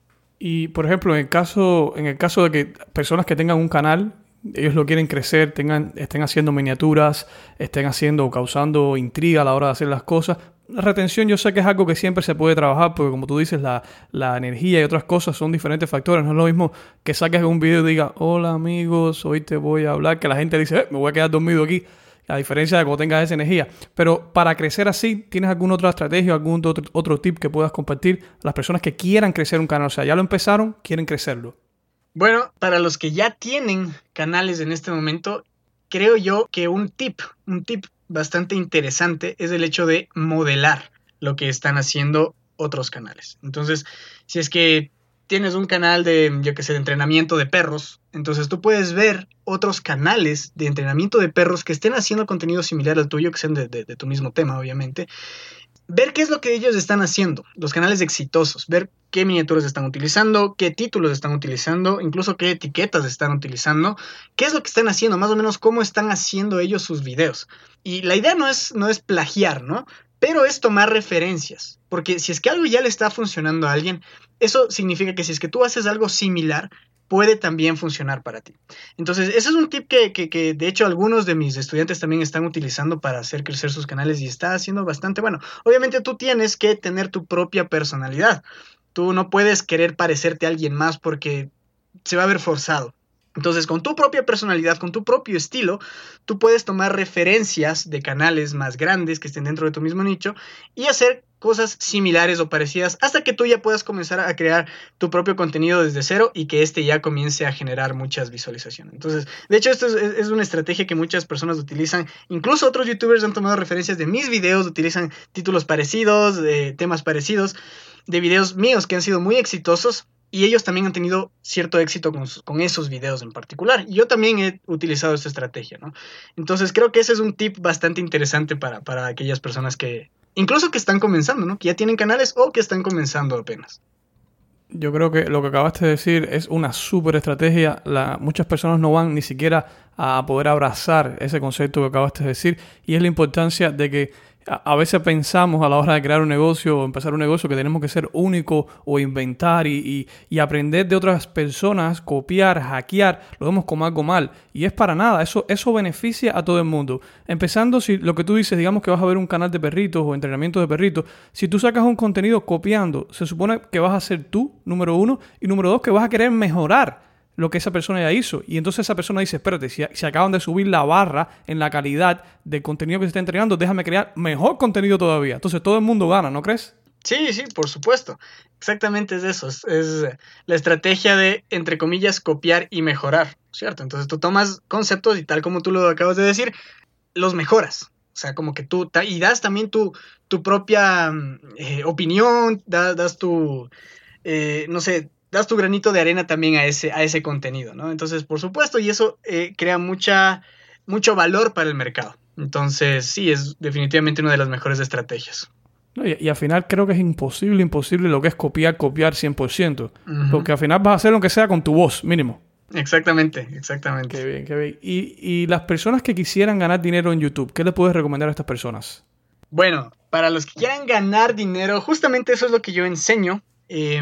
Y, por ejemplo, en el caso, en el caso de que personas que tengan un canal, ellos lo quieren crecer, tengan, estén haciendo miniaturas, estén haciendo o causando intriga a la hora de hacer las cosas. La retención yo sé que es algo que siempre se puede trabajar porque, como tú dices, la, la energía y otras cosas son diferentes factores. No es lo mismo que saques un video y digas, hola amigos, hoy te voy a hablar, que la gente dice, eh, me voy a quedar dormido aquí, a diferencia de cuando tengas esa energía. Pero para crecer así, ¿tienes alguna otra estrategia, algún otro, otro tip que puedas compartir a las personas que quieran crecer un canal? O sea, ya lo empezaron, quieren crecerlo. Bueno, para los que ya tienen canales en este momento, creo yo que un tip, un tip bastante interesante es el hecho de modelar lo que están haciendo otros canales. Entonces, si es que tienes un canal de, yo que sé, de entrenamiento de perros, entonces tú puedes ver otros canales de entrenamiento de perros que estén haciendo contenido similar al tuyo, que sean de, de, de tu mismo tema, obviamente. Ver qué es lo que ellos están haciendo, los canales exitosos, ver qué miniaturas están utilizando, qué títulos están utilizando, incluso qué etiquetas están utilizando, qué es lo que están haciendo, más o menos cómo están haciendo ellos sus videos. Y la idea no es, no es plagiar, ¿no? Pero es tomar referencias, porque si es que algo ya le está funcionando a alguien, eso significa que si es que tú haces algo similar, puede también funcionar para ti. Entonces, ese es un tip que, que, que de hecho algunos de mis estudiantes también están utilizando para hacer crecer sus canales y está haciendo bastante bueno. Obviamente tú tienes que tener tu propia personalidad. Tú no puedes querer parecerte a alguien más porque se va a ver forzado. Entonces, con tu propia personalidad, con tu propio estilo, tú puedes tomar referencias de canales más grandes que estén dentro de tu mismo nicho y hacer cosas similares o parecidas hasta que tú ya puedas comenzar a crear tu propio contenido desde cero y que este ya comience a generar muchas visualizaciones. Entonces, de hecho, esto es, es una estrategia que muchas personas utilizan. Incluso otros youtubers han tomado referencias de mis videos, utilizan títulos parecidos, de temas parecidos, de videos míos que han sido muy exitosos. Y ellos también han tenido cierto éxito con, con esos videos en particular. Y yo también he utilizado esta estrategia, ¿no? Entonces creo que ese es un tip bastante interesante para, para aquellas personas que, incluso que están comenzando, ¿no? Que ya tienen canales o que están comenzando apenas. Yo creo que lo que acabaste de decir es una súper estrategia. La, muchas personas no van ni siquiera a poder abrazar ese concepto que acabaste de decir. Y es la importancia de que a veces pensamos a la hora de crear un negocio o empezar un negocio que tenemos que ser único o inventar y, y, y aprender de otras personas, copiar, hackear, lo vemos como algo mal. Y es para nada, eso, eso beneficia a todo el mundo. Empezando, si lo que tú dices, digamos que vas a ver un canal de perritos o entrenamiento de perritos, si tú sacas un contenido copiando, se supone que vas a ser tú, número uno, y número dos, que vas a querer mejorar lo que esa persona ya hizo. Y entonces esa persona dice, espérate, si, si acaban de subir la barra en la calidad del contenido que se está entregando, déjame crear mejor contenido todavía. Entonces todo el mundo gana, ¿no crees? Sí, sí, por supuesto. Exactamente es eso. Es, es la estrategia de, entre comillas, copiar y mejorar, ¿cierto? Entonces tú tomas conceptos y tal como tú lo acabas de decir, los mejoras. O sea, como que tú, y das también tu, tu propia eh, opinión, das, das tu, eh, no sé, das tu granito de arena también a ese, a ese contenido, ¿no? Entonces, por supuesto, y eso eh, crea mucha, mucho valor para el mercado. Entonces, sí, es definitivamente una de las mejores estrategias. No, y, y al final creo que es imposible, imposible lo que es copiar, copiar cien por ciento. Uh-huh. Porque al final vas a hacer lo que sea con tu voz, mínimo. Exactamente, exactamente. Qué bien, qué bien. Y, y las personas que quisieran ganar dinero en YouTube, ¿qué le puedes recomendar a estas personas? Bueno, para los que quieran ganar dinero, justamente eso es lo que yo enseño. Eh,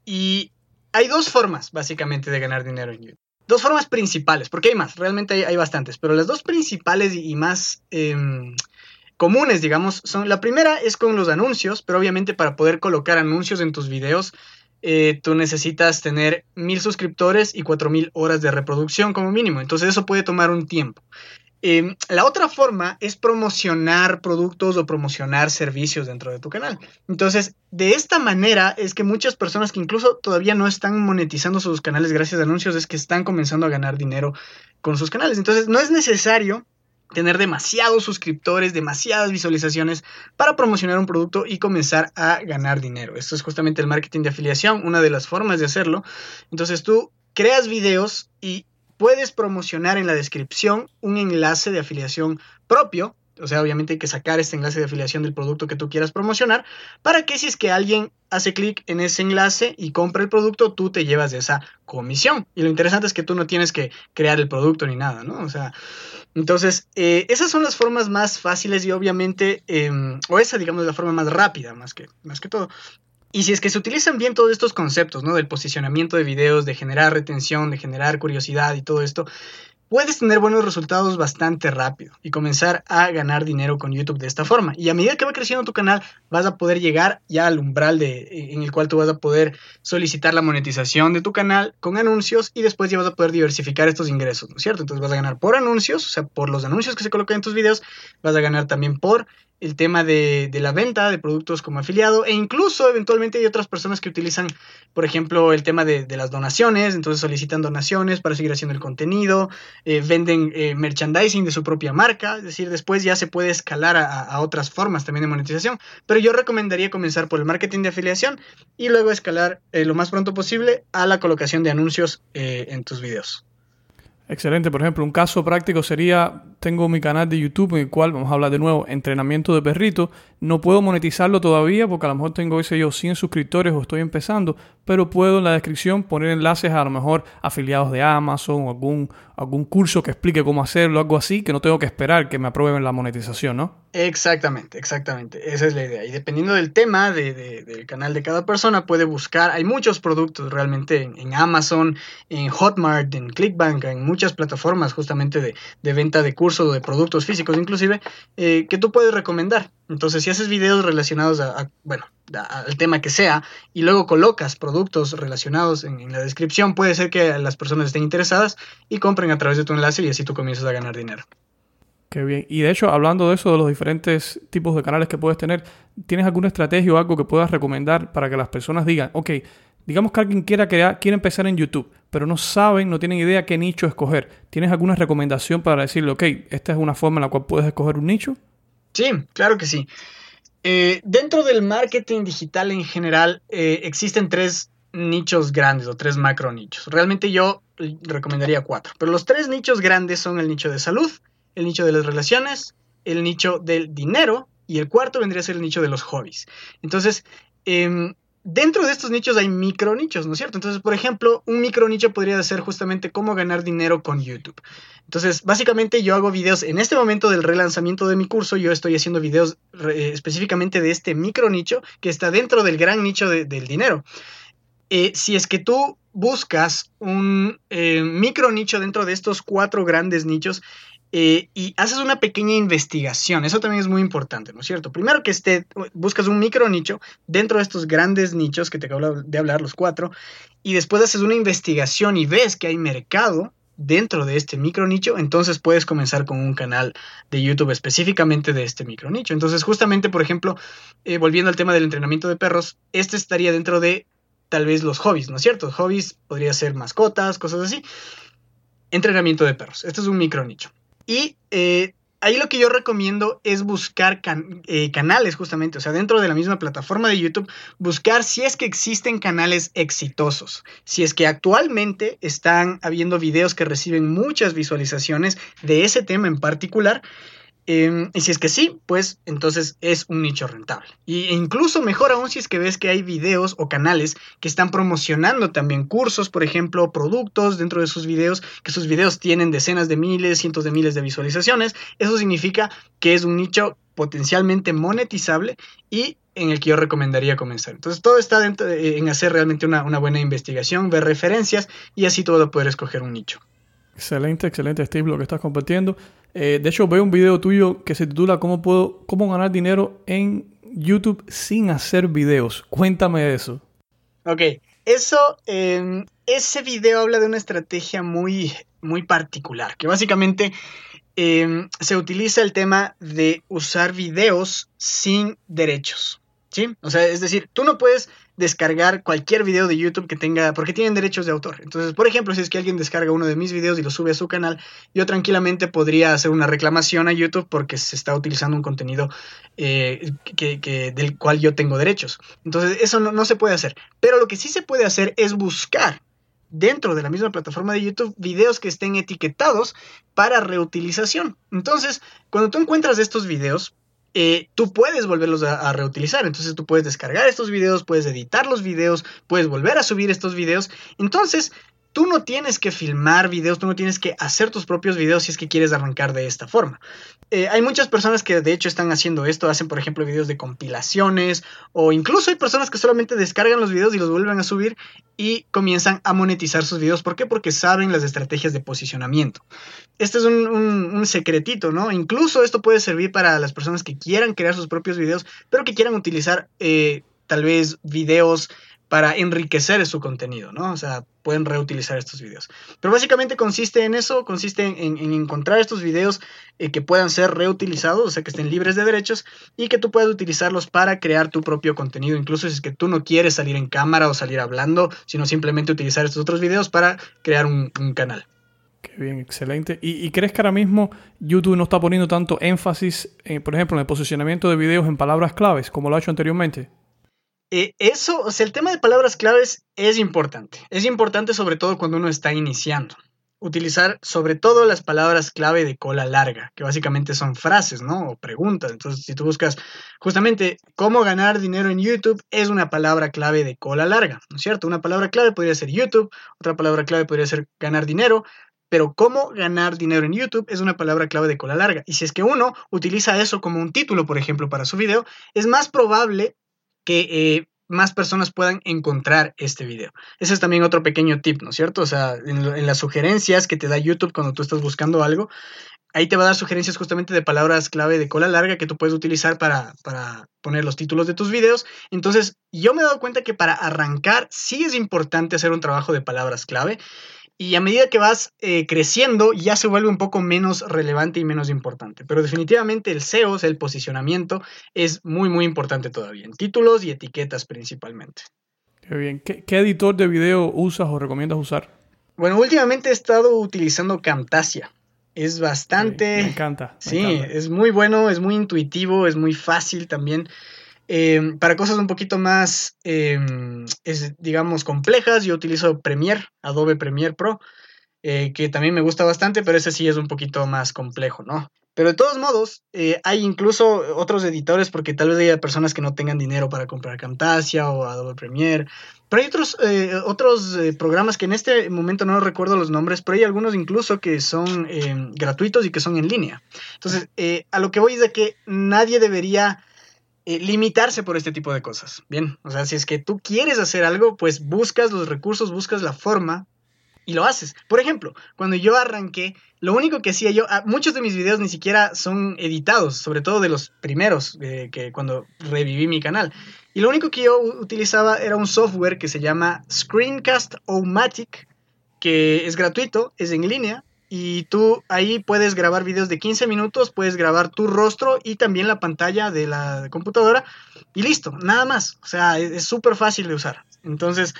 y hay dos formas, básicamente, de ganar dinero en YouTube. Dos formas principales, porque hay más, realmente hay, hay bastantes, pero las dos principales y, y más eh, comunes, digamos, son, la primera es con los anuncios, pero obviamente para poder colocar anuncios en tus videos, Eh, tú necesitas tener mil suscriptores y cuatro mil horas de reproducción como mínimo. Entonces eso puede tomar un tiempo. Eh, la otra forma es promocionar productos o promocionar servicios dentro de tu canal. Entonces, de esta manera es que muchas personas que incluso todavía no están monetizando sus canales gracias a anuncios, es que están comenzando a ganar dinero con sus canales. Entonces, no es necesario tener demasiados suscriptores, demasiadas visualizaciones para promocionar un producto y comenzar a ganar dinero. Esto es justamente el marketing de afiliación, una de las formas de hacerlo. Entonces tú creas videos y puedes promocionar en la descripción un enlace de afiliación propio. O sea, obviamente hay que sacar este enlace de afiliación del producto que tú quieras promocionar para que si es que alguien hace clic en ese enlace y compra el producto, tú te llevas de esa comisión. Y lo interesante es que tú no tienes que crear el producto ni nada, ¿no? O sea, entonces, eh, esas son las formas más fáciles y obviamente, eh, o esa, digamos, es la forma más rápida, más que, más que todo. Y si es que se utilizan bien todos estos conceptos, ¿no? Del posicionamiento de videos, de generar retención, de generar curiosidad y todo esto, puedes tener buenos resultados bastante rápido y comenzar a ganar dinero con YouTube de esta forma. Y a medida que va creciendo tu canal, vas a poder llegar ya al umbral de, en el cual tú vas a poder solicitar la monetización de tu canal con anuncios y después ya vas a poder diversificar estos ingresos, ¿no es cierto? Entonces vas a ganar por anuncios, o sea, por los anuncios que se colocan en tus videos, vas a ganar también por el tema de, de la venta de productos como afiliado e incluso eventualmente hay otras personas que utilizan, por ejemplo, el tema de, de las donaciones, entonces solicitan donaciones para seguir haciendo el contenido, eh, venden eh, merchandising de su propia marca, es decir, después ya se puede escalar a, a otras formas también de monetización, pero yo recomendaría comenzar por el marketing de afiliación y luego escalar eh, lo más pronto posible a la colocación de anuncios eh, en tus videos. Excelente. Por ejemplo, un caso práctico sería, tengo mi canal de YouTube en el cual, vamos a hablar de nuevo, entrenamiento de perrito. No puedo monetizarlo todavía porque a lo mejor tengo, ese yo, cien suscriptores o estoy empezando, pero puedo en la descripción poner enlaces a, a lo mejor afiliados de Amazon o algún, algún curso que explique cómo hacerlo, algo así, que no tengo que esperar que me aprueben la monetización, ¿no? Exactamente, exactamente. Esa es la idea. Y dependiendo del tema de, de, del canal de cada persona, puede buscar. Hay muchos productos realmente en, en Amazon, en Hotmart, en ClickBank, en muchas plataformas justamente de, de venta de cursos o de productos físicos inclusive, eh, que tú puedes recomendar. Entonces, si haces videos relacionados a, a bueno, a, al tema que sea y luego colocas productos relacionados en, en la descripción, puede ser que las personas estén interesadas y compren a través de tu enlace y así tú comienzas a ganar dinero. Qué bien. Y de hecho, hablando de eso, de los diferentes tipos de canales que puedes tener, ¿tienes alguna estrategia o algo que puedas recomendar para que las personas digan, ok, digamos que alguien quiera crear, quiere empezar en YouTube, pero no saben, no tienen idea qué nicho escoger? ¿Tienes alguna recomendación para decirle, ok, esta es una forma en la cual puedes escoger un nicho? Sí, claro que sí. Eh, dentro del marketing digital en general, eh, existen tres nichos grandes o tres macro nichos. Realmente yo recomendaría cuatro, pero los tres nichos grandes son el nicho de salud, el nicho de las relaciones, el nicho del dinero y el cuarto vendría a ser el nicho de los hobbies. Entonces, eh, dentro de estos nichos hay micro nichos, ¿no es cierto? Entonces, por ejemplo, un micro nicho podría ser justamente cómo ganar dinero con YouTube. Entonces, básicamente yo hago videos, en este momento del relanzamiento de mi curso, yo estoy haciendo videos eh, específicamente de este micro nicho que está dentro del gran nicho de, del dinero. Eh, si es que tú buscas un eh, micro nicho dentro de estos cuatro grandes nichos, Eh, y haces una pequeña investigación, eso también es muy importante, ¿no es cierto? Primero que esté, buscas un micro nicho dentro de estos grandes nichos que te acabo de hablar, los cuatro, y después haces una investigación y ves que hay mercado dentro de este micro nicho, entonces puedes comenzar con un canal de YouTube específicamente de este micro nicho. Entonces, justamente, por ejemplo, eh, volviendo al tema del entrenamiento de perros, este estaría dentro de tal vez los hobbies, ¿no es cierto? Hobbies podría ser mascotas, cosas así. Entrenamiento de perros, este es un micro nicho. Y eh, ahí lo que yo recomiendo es buscar can- eh, canales justamente, o sea, dentro de la misma plataforma de YouTube, buscar si es que existen canales exitosos, si es que actualmente están habiendo videos que reciben muchas visualizaciones de ese tema en particular. Eh, y si es que sí, pues entonces es un nicho rentable. Y, e incluso mejor aún si es que ves que hay videos o canales que están promocionando también cursos, por ejemplo, productos dentro de sus videos, que sus videos tienen decenas de miles, cientos de miles de visualizaciones. Eso significa que es un nicho potencialmente monetizable y en el que yo recomendaría comenzar. Entonces todo está dentro de, en hacer realmente una, una buena investigación, ver referencias y así todo poder escoger un nicho. Excelente, excelente, Steve, lo que estás compartiendo. Eh, de hecho, veo un video tuyo que se titula ¿Cómo puedo, cómo ganar dinero en YouTube sin hacer videos? Cuéntame de eso. Ok, eso, eh, ese video habla de una estrategia muy, muy particular, que básicamente eh, se utiliza el tema de usar videos sin derechos, ¿sí? O sea, es decir, tú no puedes descargar cualquier video de YouTube que tenga, porque tienen derechos de autor. Entonces, por ejemplo, si es que alguien descarga uno de mis videos y lo sube a su canal, yo tranquilamente podría hacer una reclamación a YouTube porque se está utilizando un contenido eh, que, que, del cual yo tengo derechos. Entonces, eso no, no se puede hacer. Pero lo que sí se puede hacer es buscar dentro de la misma plataforma de YouTube videos que estén etiquetados para reutilización. Entonces, cuando tú encuentras estos videos, eh, tú puedes volverlos a, a reutilizar. Entonces tú puedes descargar estos videos, puedes editar los videos, puedes volver a subir estos videos. Entonces tú no tienes que filmar videos, tú no tienes que hacer tus propios videos si es que quieres arrancar de esta forma. Eh, hay muchas personas que de hecho están haciendo esto, hacen por ejemplo videos de compilaciones, o incluso hay personas que solamente descargan los videos y los vuelven a subir y comienzan a monetizar sus videos. ¿Por qué? Porque saben las estrategias de posicionamiento. Este es un, un, un secretito, ¿no? Incluso esto puede servir para las personas que quieran crear sus propios videos, pero que quieran utilizar eh, tal vez videos para enriquecer su contenido, ¿no? O sea, pueden reutilizar estos videos. Pero básicamente consiste en eso, consiste en, en encontrar estos videos eh, que puedan ser reutilizados, o sea, que estén libres de derechos y que tú puedas utilizarlos para crear tu propio contenido, incluso si es que tú no quieres salir en cámara o salir hablando, sino simplemente utilizar estos otros videos para crear un, un canal. Qué bien, excelente. ¿Y, y crees que ahora mismo YouTube no está poniendo tanto énfasis, eh, por ejemplo, en el posicionamiento de videos en palabras claves, como lo ha hecho anteriormente? Eh, eso, o sea, el tema de palabras claves es importante. Es importante sobre todo cuando uno está iniciando. Utilizar sobre todo las palabras clave de cola larga, que básicamente son frases, ¿no? O preguntas. Entonces, si tú buscas justamente cómo ganar dinero en YouTube, es una palabra clave de cola larga, ¿no es cierto? Una palabra clave podría ser YouTube, otra palabra clave podría ser ganar dinero, pero cómo ganar dinero en YouTube es una palabra clave de cola larga. Y si es que uno utiliza eso como un título, por ejemplo, para su video, es más probable que eh, más personas puedan encontrar este video. Ese es también otro pequeño tip, ¿no es cierto? O sea, en, en las sugerencias que te da YouTube cuando tú estás buscando algo, ahí te va a dar sugerencias justamente de palabras clave de cola larga que tú puedes utilizar para, para poner los títulos de tus videos. Entonces, yo me he dado cuenta que para arrancar sí es importante hacer un trabajo de palabras clave. Y a medida que vas eh, creciendo, ya se vuelve un poco menos relevante y menos importante. Pero definitivamente el S E O, o sea, el posicionamiento, es muy, muy importante todavía, en títulos y etiquetas principalmente. Qué bien. ¿Qué, qué editor de video usas o recomiendas usar? Bueno, últimamente he estado utilizando Camtasia. Es bastante... Sí, me encanta. Me sí, encanta. es muy bueno, es muy intuitivo, es muy fácil también. Eh, para cosas un poquito más, eh, es, digamos, complejas, yo utilizo Premiere, Adobe Premiere Pro, eh, que también me gusta bastante, pero ese sí es un poquito más complejo, ¿no? Pero de todos modos, eh, hay incluso otros editores, porque tal vez haya personas que no tengan dinero para comprar Camtasia o Adobe Premiere, pero hay otros, eh, otros eh, programas que en este momento no recuerdo los nombres, pero hay algunos incluso que son eh, gratuitos y que son en línea. Entonces, eh, a lo que voy es de que nadie debería... Eh, limitarse por este tipo de cosas. Bien, o sea, si es que tú quieres hacer algo, pues buscas los recursos, buscas la forma y lo haces. Por ejemplo, cuando yo arranqué, lo único que hacía yo, ah, muchos de mis videos ni siquiera son editados, sobre todo de los primeros, eh, que cuando reviví mi canal. Y lo único que yo utilizaba era un software que se llama Screencast-O-Matic, que es gratuito, es en línea. Y tú ahí puedes grabar videos de quince minutos, puedes grabar tu rostro y también la pantalla de la computadora y listo, nada más. O sea, es súper fácil de usar. Entonces,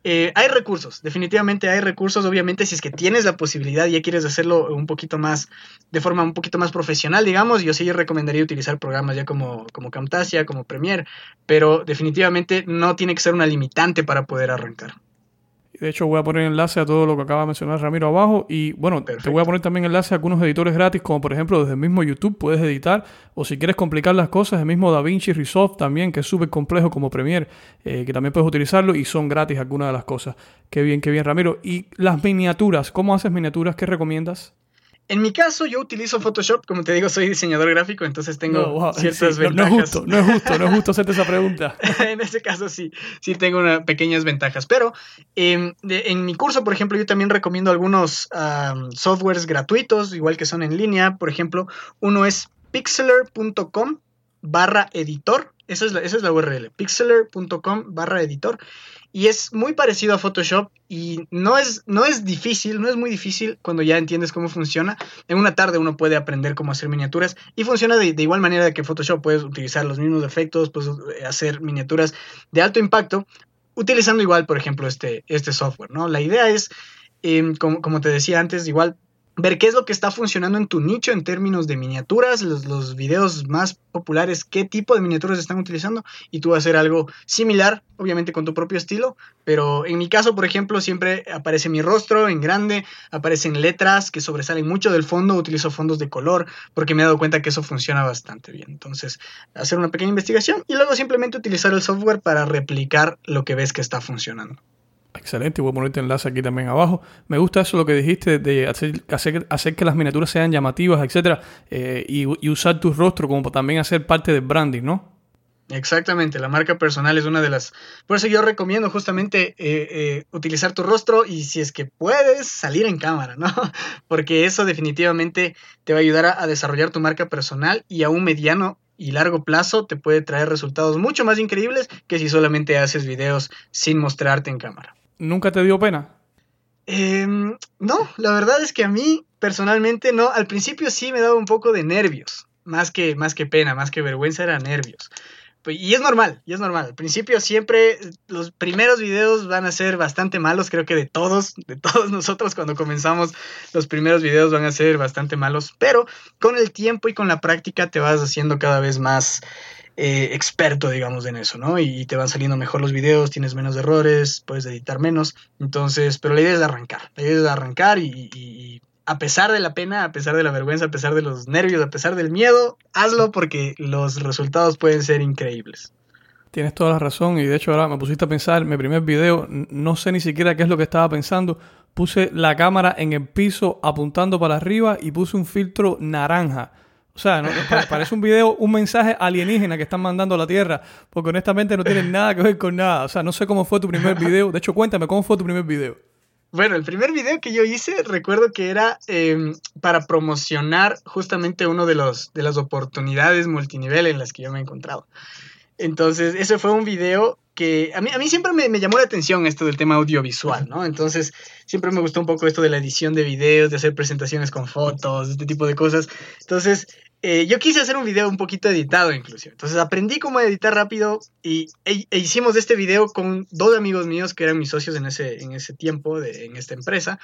Eh, hay recursos, definitivamente hay recursos, obviamente si es que tienes la posibilidad y ya quieres hacerlo un poquito más, de forma un poquito más profesional, digamos, yo sí recomendaría utilizar programas ya como, como Camtasia, como Premiere, pero definitivamente no tiene que ser una limitante para poder arrancar. De hecho, voy a poner enlace a todo lo que acaba de mencionar Ramiro abajo. Y bueno, Perfecto. Te voy a poner también enlace a algunos editores gratis, como por ejemplo desde el mismo YouTube puedes editar. O si quieres complicar las cosas, el mismo DaVinci Resolve también, que es súper complejo como Premiere, eh, que también puedes utilizarlo y son gratis algunas de las cosas. Qué bien, qué bien, Ramiro. Y las miniaturas, ¿cómo haces miniaturas? ¿Qué recomiendas? En mi caso, yo utilizo Photoshop. Como te digo, soy diseñador gráfico, entonces tengo no, wow, ciertas sí, ventajas. No, no es justo, no es justo, no es justo hacerte esa pregunta. En ese caso sí, sí tengo una, pequeñas ventajas. Pero eh, de, en mi curso, por ejemplo, yo también recomiendo algunos um, softwares gratuitos, igual que son en línea. Por ejemplo, uno es pixlr.com barra editor. Esa es la, esa es la U R L, pixlr.com barra editor. Y es muy parecido a Photoshop y no es, no es difícil, no es muy difícil cuando ya entiendes cómo funciona. En una tarde uno puede aprender cómo hacer miniaturas y funciona de, de igual manera que Photoshop. Puedes utilizar los mismos efectos, puedes hacer miniaturas de alto impacto utilizando igual, por ejemplo, este, este software, ¿no? La idea es, eh, como, como te decía antes, igual ver qué es lo que está funcionando en tu nicho en términos de miniaturas, los, los videos más populares, qué tipo de miniaturas están utilizando y tú hacer algo similar, obviamente con tu propio estilo, pero en mi caso, por ejemplo, siempre aparece mi rostro en grande, aparecen letras que sobresalen mucho del fondo, utilizo fondos de color porque me he dado cuenta que eso funciona bastante bien. Entonces, hacer una pequeña investigación y luego simplemente utilizar el software para replicar lo que ves que está funcionando. Excelente, voy a ponerte enlace aquí también abajo. Me gusta eso lo que dijiste de hacer, hacer, hacer que las miniaturas sean llamativas, etcétera, eh, y, y usar tu rostro como también hacer parte del branding, ¿no? Exactamente, la marca personal es una de las... Por eso yo recomiendo justamente eh, eh, utilizar tu rostro y si es que puedes salir en cámara, ¿no? Porque eso definitivamente te va a ayudar a, a desarrollar tu marca personal y a un mediano y largo plazo te puede traer resultados mucho más increíbles que si solamente haces videos sin mostrarte en cámara. ¿Nunca te dio pena? Eh, no, la verdad es que a mí personalmente no. Al principio sí me daba un poco de nervios, más que, más que pena, más que vergüenza, era nervios. Y es normal, y es normal. Al principio siempre los primeros videos van a ser bastante malos, creo que de todos, de todos nosotros cuando comenzamos los primeros videos van a ser bastante malos, pero con el tiempo y con la práctica te vas haciendo cada vez más eh, experto, digamos, en eso, ¿no? Y te van saliendo mejor los videos, tienes menos errores, puedes editar menos, entonces, pero la idea es arrancar, la idea es arrancar y... y a pesar de la pena, a pesar de la vergüenza, a pesar de los nervios, a pesar del miedo, hazlo porque los resultados pueden ser increíbles. Tienes toda la razón y de hecho ahora me pusiste a pensar, mi primer video, no sé ni siquiera qué es lo que estaba pensando, puse la cámara en el piso apuntando para arriba y puse un filtro naranja. O sea, ¿no? Parece un video, un mensaje alienígena que están mandando a la Tierra, porque honestamente no tiene nada que ver con nada. O sea, no sé cómo fue tu primer video. De hecho, cuéntame, ¿cómo fue tu primer video? Bueno, el primer video que yo hice, recuerdo que era eh, para promocionar justamente uno de, los, de las oportunidades multinivel en las que yo me he encontrado. Entonces, ese fue un video que a mí, a mí siempre me, me llamó la atención esto del tema audiovisual, ¿no? Entonces, siempre me gustó un poco esto de la edición de videos, de hacer presentaciones con fotos, este tipo de cosas. Entonces, eh, yo quise hacer un video un poquito editado inclusive. Entonces, aprendí cómo editar rápido y e, e hicimos este video con dos amigos míos que eran mis socios en ese, en ese tiempo, de, en esta empresa.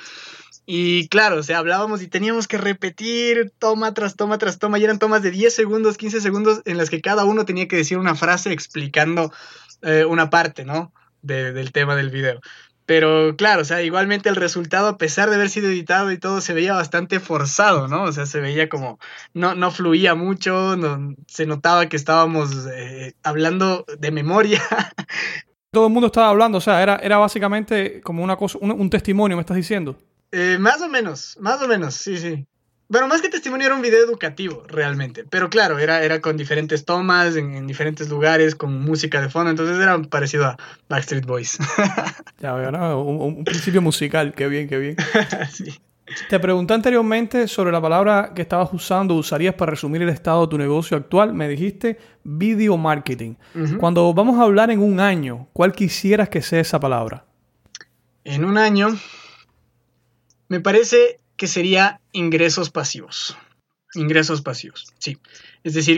Y claro, o sea, hablábamos y teníamos que repetir toma tras toma tras toma. Y eran tomas de diez segundos, quince segundos en las que cada uno tenía que decir una frase explicando eh, una parte, ¿no? De, del tema del video. Pero claro, o sea, igualmente el resultado, a pesar de haber sido editado y todo, se veía bastante forzado, ¿no? O sea, se veía como, no, no fluía mucho, no, se notaba que estábamos eh, hablando de memoria. Todo el mundo estaba hablando, o sea, era, era básicamente como una cosa, un, un testimonio, ¿me estás diciendo? Eh, más o menos, más o menos, sí, sí. Bueno, más que testimonio era un video educativo, realmente. Pero claro, era, era con diferentes tomas, en, en diferentes lugares, con música de fondo. Entonces era parecido a Backstreet Boys. Ya veo, ¿no? Un, un principio musical. Qué bien, qué bien. Sí. Te pregunté anteriormente sobre la palabra que estabas usando, usarías para resumir el estado de tu negocio actual. Me dijiste video marketing. Uh-huh. Cuando vamos a hablar en un año, ¿cuál quisieras que sea esa palabra? En un año, me parece que sería ingresos pasivos. Ingresos pasivos, sí. Es decir, que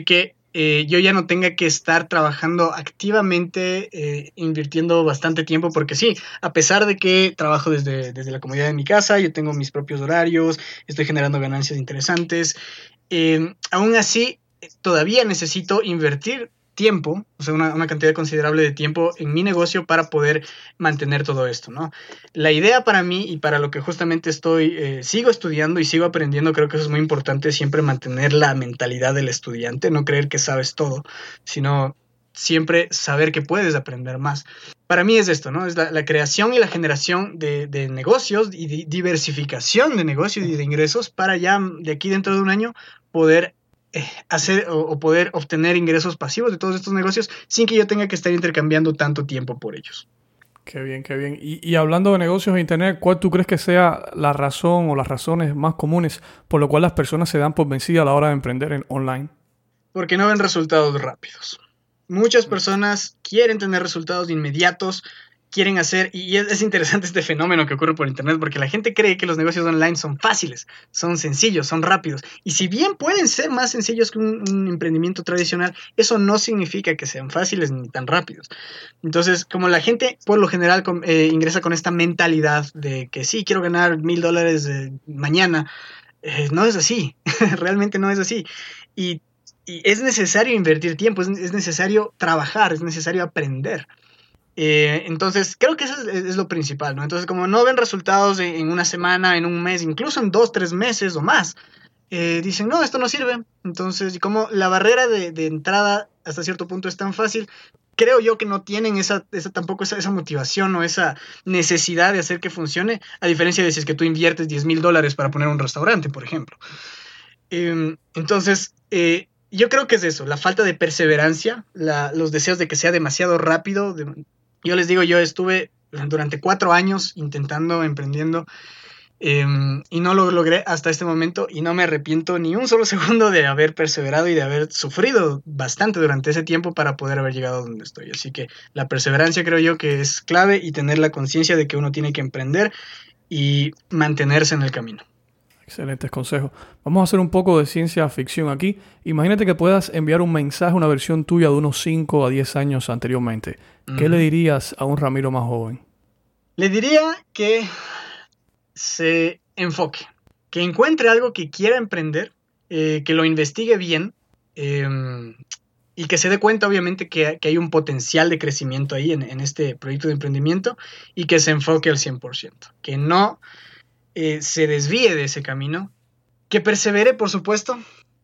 eh, yo ya no tenga que estar trabajando activamente, eh, invirtiendo bastante tiempo, porque sí, a pesar de que trabajo desde, desde la comodidad de mi casa, yo tengo mis propios horarios, estoy generando ganancias interesantes, eh, aún así todavía necesito invertir tiempo, o sea, una, una cantidad considerable de tiempo en mi negocio para poder mantener todo esto, ¿no? La idea para mí y para lo que justamente estoy, eh, sigo estudiando y sigo aprendiendo, creo que eso es muy importante, siempre mantener la mentalidad del estudiante, no creer que sabes todo, sino siempre saber que puedes aprender más. Para mí es esto, ¿no? Es la, la creación y la generación de, de negocios y de diversificación de negocios y de ingresos para ya de aquí dentro de un año poder eh, hacer o, o poder obtener ingresos pasivos de todos estos negocios sin que yo tenga que estar intercambiando tanto tiempo por ellos. Qué bien, qué bien. Y, y hablando de negocios e internet, ¿cuál tú crees que sea la razón o las razones más comunes por lo cual las personas se dan por vencidas a la hora de emprender en online? Porque no ven resultados rápidos. Muchas personas quieren tener resultados inmediatos, quieren hacer, y es, es interesante este fenómeno que ocurre por internet, porque la gente cree que los negocios online son fáciles, son sencillos, son rápidos. Y si bien pueden ser más sencillos que un, un emprendimiento tradicional, eso no significa que sean fáciles ni tan rápidos. Entonces, como la gente por lo general eh, ingresa con esta mentalidad de que sí, quiero ganar mil dólares eh, mañana, eh, no es así, realmente no es así. Y Y es necesario invertir tiempo, es, es necesario trabajar, es necesario aprender. Eh, entonces, creo que eso es, es lo principal, ¿no? Entonces, como no ven resultados en, en una semana, en un mes, incluso en dos, tres meses o más, eh, dicen, no, esto no sirve. Entonces, y como la barrera de, de entrada hasta cierto punto es tan fácil, creo yo que no tienen esa, esa tampoco esa, esa motivación o esa necesidad de hacer que funcione, a diferencia de si es que tú inviertes diez mil dólares para poner un restaurante, por ejemplo. Eh, entonces, eh, yo creo que es eso, la falta de perseverancia, la, los deseos de que sea demasiado rápido. De, yo les digo, yo estuve durante cuatro años intentando, emprendiendo, eh, y no lo logré hasta este momento y no me arrepiento ni un solo segundo de haber perseverado y de haber sufrido bastante durante ese tiempo para poder haber llegado a donde estoy. Así que la perseverancia creo yo que es clave y tener la conciencia de que uno tiene que emprender y mantenerse en el camino. Excelentes consejos. Vamos a hacer un poco de ciencia ficción aquí. Imagínate que puedas enviar un mensaje a una versión tuya de unos cinco a diez años anteriormente. ¿Qué uh-huh. le dirías a un Ramiro más joven? Le diría que se enfoque, que encuentre algo que quiera emprender, eh, que lo investigue bien eh, y que se dé cuenta obviamente que, que hay un potencial de crecimiento ahí en, en este proyecto de emprendimiento y que se enfoque al cien por ciento, que no Eh, se desvíe de ese camino, que persevere, por supuesto,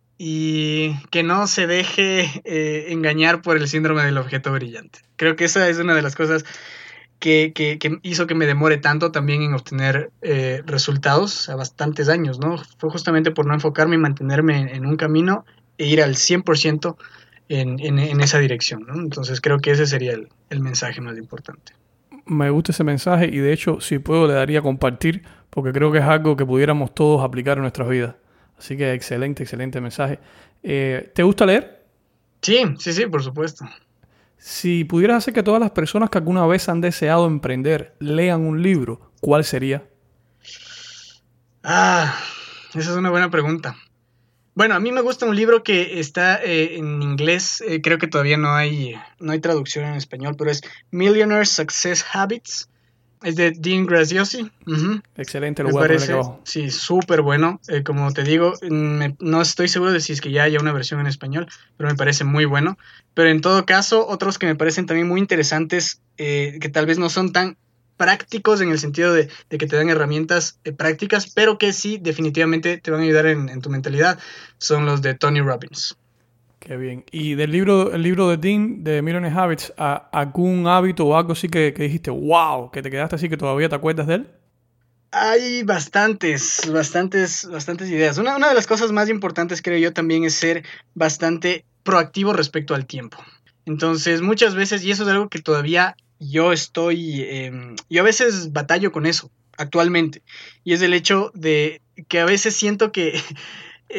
y que no se deje eh, engañar por el síndrome del objeto brillante. Creo que esa es una de las cosas que, que, que hizo que me demore tanto también en obtener eh, resultados a bastantes años, ¿no? Fue justamente por no enfocarme y mantenerme en, en un camino e ir al cien por ciento en, en, en esa dirección, ¿no? Entonces creo que ese sería el, el mensaje más importante. Me gusta ese mensaje y de hecho, si puedo, le daría a compartir porque creo que es algo que pudiéramos todos aplicar en nuestras vidas. Así que excelente, excelente mensaje. Eh, ¿Te gusta leer? Sí, sí, sí, por supuesto. Si pudieras hacer que todas las personas que alguna vez han deseado emprender lean un libro, ¿cuál sería? Ah, esa es una buena pregunta. Bueno, a mí me gusta un libro que está eh, en inglés, eh, creo que todavía no hay, no hay traducción en español, pero es Millionaire Success Habits. Es de Dean Graziosi. Uh-huh. Excelente, lo me voy a parece, poner aquí abajo. Sí, súper bueno. Eh, como te digo, me, no estoy seguro de si es que ya haya una versión en español, pero me parece muy bueno. Pero en todo caso, otros que me parecen también muy interesantes, eh, que tal vez no son tan prácticos en el sentido de, de que te dan herramientas eh, prácticas, pero que sí definitivamente te van a ayudar en, en tu mentalidad, son los de Tony Robbins. Qué bien. Y del libro, el libro de Dean, de Millionaire Habits, ¿a, ¿algún hábito o algo así que, que dijiste, wow, que te quedaste así que todavía te acuerdas de él? Hay bastantes, bastantes, bastantes ideas. Una, una de las cosas más importantes, creo yo, también es ser bastante proactivo respecto al tiempo. Entonces, muchas veces, y eso es algo que todavía yo estoy, eh, yo a veces batallo con eso, actualmente, y es el hecho de que a veces siento que... Eh,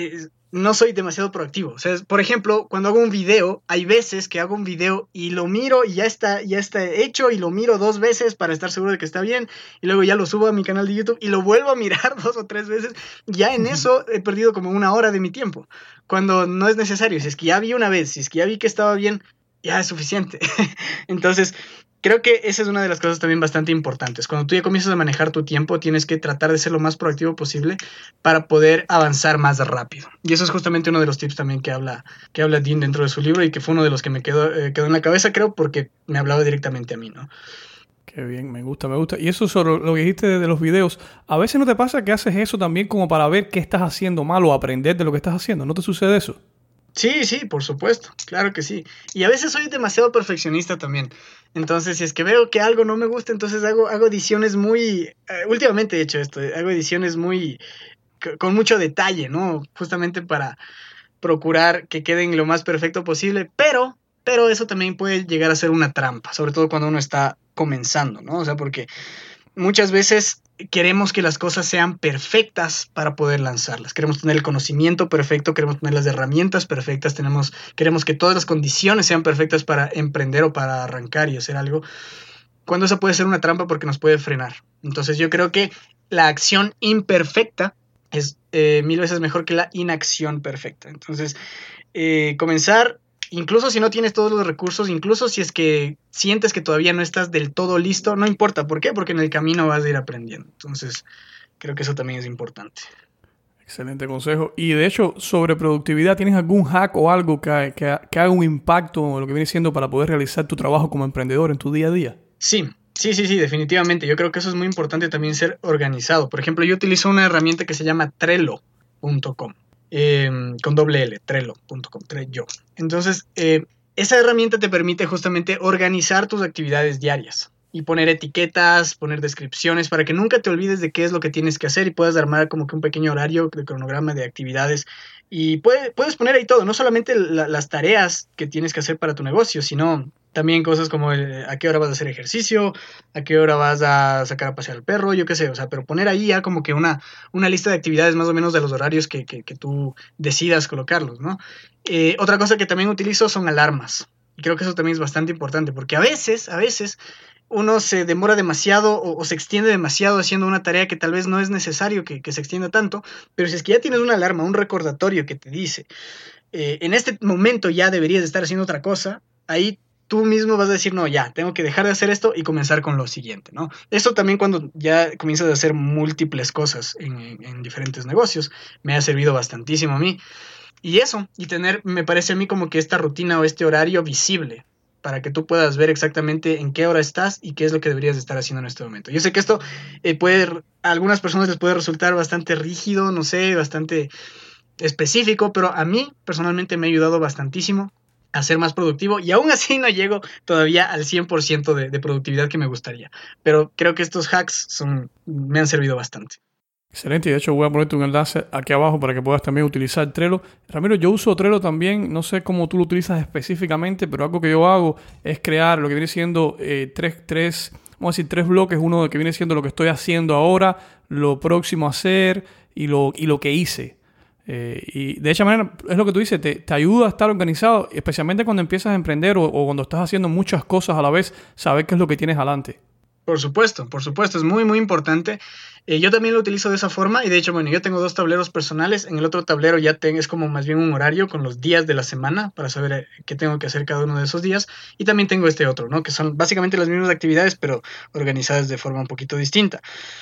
no soy demasiado proactivo. O sea, por ejemplo, cuando hago un video, hay veces que hago un video y lo miro y ya está, ya está hecho y lo miro dos veces para estar seguro de que está bien y luego ya lo subo a mi canal de YouTube y lo vuelvo a mirar dos o tres veces. Ya en eso he perdido como una hora de mi tiempo, cuando no es necesario. Si es que ya vi una vez, si es que ya vi que estaba bien, ya es suficiente. Entonces, creo que esa es una de las cosas también bastante importantes. Cuando tú ya comienzas a manejar tu tiempo, tienes que tratar de ser lo más proactivo posible para poder avanzar más rápido. Y eso es justamente uno de los tips también que habla, que habla Dean dentro de su libro y que fue uno de los que me quedó, eh, quedó en la cabeza, creo, porque me hablaba directamente a mí, ¿no? Qué bien, me gusta, me gusta. Y eso sobre lo que dijiste de, de los videos, ¿a veces no te pasa que haces eso también como para ver qué estás haciendo mal o aprender de lo que estás haciendo? ¿No te sucede eso? Sí, sí, por supuesto, claro que sí. Y a veces soy demasiado perfeccionista también. Entonces, si es que veo que algo no me gusta, entonces hago, hago ediciones muy... Eh, últimamente he hecho esto, hago ediciones muy... con mucho detalle, ¿no? Justamente para procurar que queden lo más perfecto posible, pero, pero eso también puede llegar a ser una trampa, sobre todo cuando uno está comenzando, ¿no? O sea, porque muchas veces queremos que las cosas sean perfectas para poder lanzarlas. Queremos tener el conocimiento perfecto, queremos tener las herramientas perfectas, tenemos, queremos que todas las condiciones sean perfectas para emprender o para arrancar y hacer algo, cuando eso puede ser una trampa porque nos puede frenar. Entonces yo creo que la acción imperfecta es eh, mil veces mejor que la inacción perfecta. Entonces, eh, comenzar... Incluso si no tienes todos los recursos, incluso si es que sientes que todavía no estás del todo listo, no importa. ¿Por qué? Porque en el camino vas a ir aprendiendo. Entonces, creo que eso también es importante. Excelente consejo. Y de hecho, sobre productividad, ¿tienes algún hack o algo que, que, que haga un impacto en lo que viene siendo para poder realizar tu trabajo como emprendedor en tu día a día? Sí, sí, sí, sí, definitivamente. Yo creo que eso es muy importante también, ser organizado. Por ejemplo, yo utilizo una herramienta que se llama Trello punto com. Eh, con doble L, Trello punto com, Trello. Entonces, eh, esa herramienta te permite justamente organizar tus actividades diarias y poner etiquetas, poner descripciones para que nunca te olvides de qué es lo que tienes que hacer y puedas armar como que un pequeño horario de cronograma de actividades. Y puede, puedes poner ahí todo, no solamente la, las tareas que tienes que hacer para tu negocio, sino también cosas como el, a qué hora vas a hacer ejercicio, a qué hora vas a sacar a pasear al perro, yo qué sé, o sea, pero poner ahí ya como que una, una lista de actividades más o menos de los horarios que, que, que tú decidas colocarlos, ¿no? Eh, otra cosa que también utilizo son alarmas. Y creo que eso también es bastante importante, porque a veces, a veces uno se demora demasiado o, o se extiende demasiado haciendo una tarea que tal vez no es necesario que, que se extienda tanto, pero si es que ya tienes una alarma, un recordatorio que te dice, eh, en este momento ya deberías estar haciendo otra cosa, ahí tú mismo vas a decir, no, ya, tengo que dejar de hacer esto y comenzar con lo siguiente, ¿no? Eso también cuando ya comienzas a hacer múltiples cosas en, en, en diferentes negocios, me ha servido bastantísimo a mí. Y eso, y tener, me parece a mí como que esta rutina o este horario visible, para que tú puedas ver exactamente en qué hora estás y qué es lo que deberías estar haciendo en este momento. Yo sé que esto eh, puede, a algunas personas les puede resultar bastante rígido, no sé, bastante específico, pero a mí personalmente me ha ayudado bastantísimo a ser más productivo y aún así no llego todavía al cien por ciento de, de productividad que me gustaría. Pero creo que estos hacks son, me han servido bastante. Excelente, y de hecho voy a ponerte un enlace aquí abajo para que puedas también utilizar Trello. Ramiro, yo uso Trello también, no sé cómo tú lo utilizas específicamente, pero algo que yo hago es crear lo que viene siendo eh, tres, tres, vamos a decir tres bloques, uno que viene siendo lo que estoy haciendo ahora, lo próximo a hacer y lo, y lo que hice. Eh, y de esa manera, es lo que tú dices, te, te ayuda a estar organizado, especialmente cuando empiezas a emprender o, o cuando estás haciendo muchas cosas a la vez, saber qué es lo que tienes adelante. Por supuesto, por supuesto, es muy, muy importante. Eh, yo también lo utilizo de esa forma y de hecho, bueno, yo tengo dos tableros personales. En el otro tablero ya tengo, es como más bien un horario con los días de la semana para saber qué tengo que hacer cada uno de esos días. Y también tengo este otro, ¿no? Que son básicamente las mismas actividades, pero organizadas de forma un poquito distinta.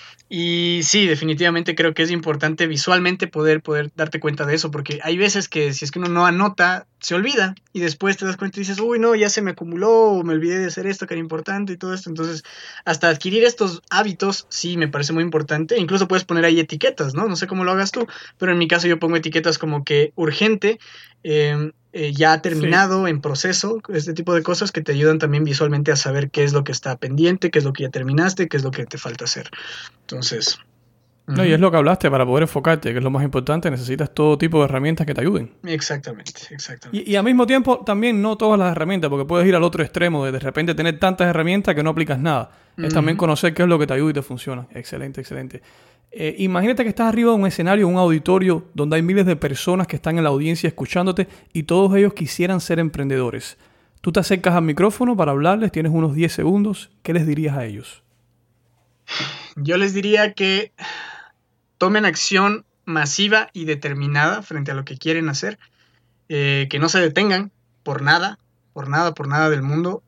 Y sí, definitivamente creo que es importante visualmente poder, poder darte cuenta de eso, porque hay veces que si es que uno no anota, se olvida y después te das cuenta y dices, uy, no, ya se me acumuló, o me olvidé de hacer esto que era importante y todo esto. Entonces, hasta adquirir estos hábitos, sí, me parece muy importante. Incluso puedes poner ahí etiquetas, ¿no? No sé cómo lo hagas tú, pero en mi caso yo pongo etiquetas como que urgente, eh, eh, ya terminado, sí, en proceso, este tipo de cosas que te ayudan también visualmente a saber qué es lo que está pendiente, qué es lo que ya terminaste, qué es lo que te falta hacer. Entonces, No, y es lo que hablaste, para poder enfocarte, que es lo más importante, necesitas todo tipo de herramientas que te ayuden. Exactamente, exactamente. Y, y al mismo tiempo, también no todas las herramientas, porque puedes ir al otro extremo de de repente tener tantas herramientas que no aplicas nada. Uh-huh. Es también conocer qué es lo que te ayuda y te funciona. Excelente, excelente. Eh, imagínate que estás arriba de un escenario, un auditorio, donde hay miles de personas que están en la audiencia escuchándote y todos ellos quisieran ser emprendedores. Tú te acercas al micrófono para hablarles, tienes unos diez segundos. ¿Qué les dirías a ellos? Yo les diría que tomen acción masiva y determinada frente a lo que quieren hacer, eh, que no se detengan por nada, por nada, por nada del mundo,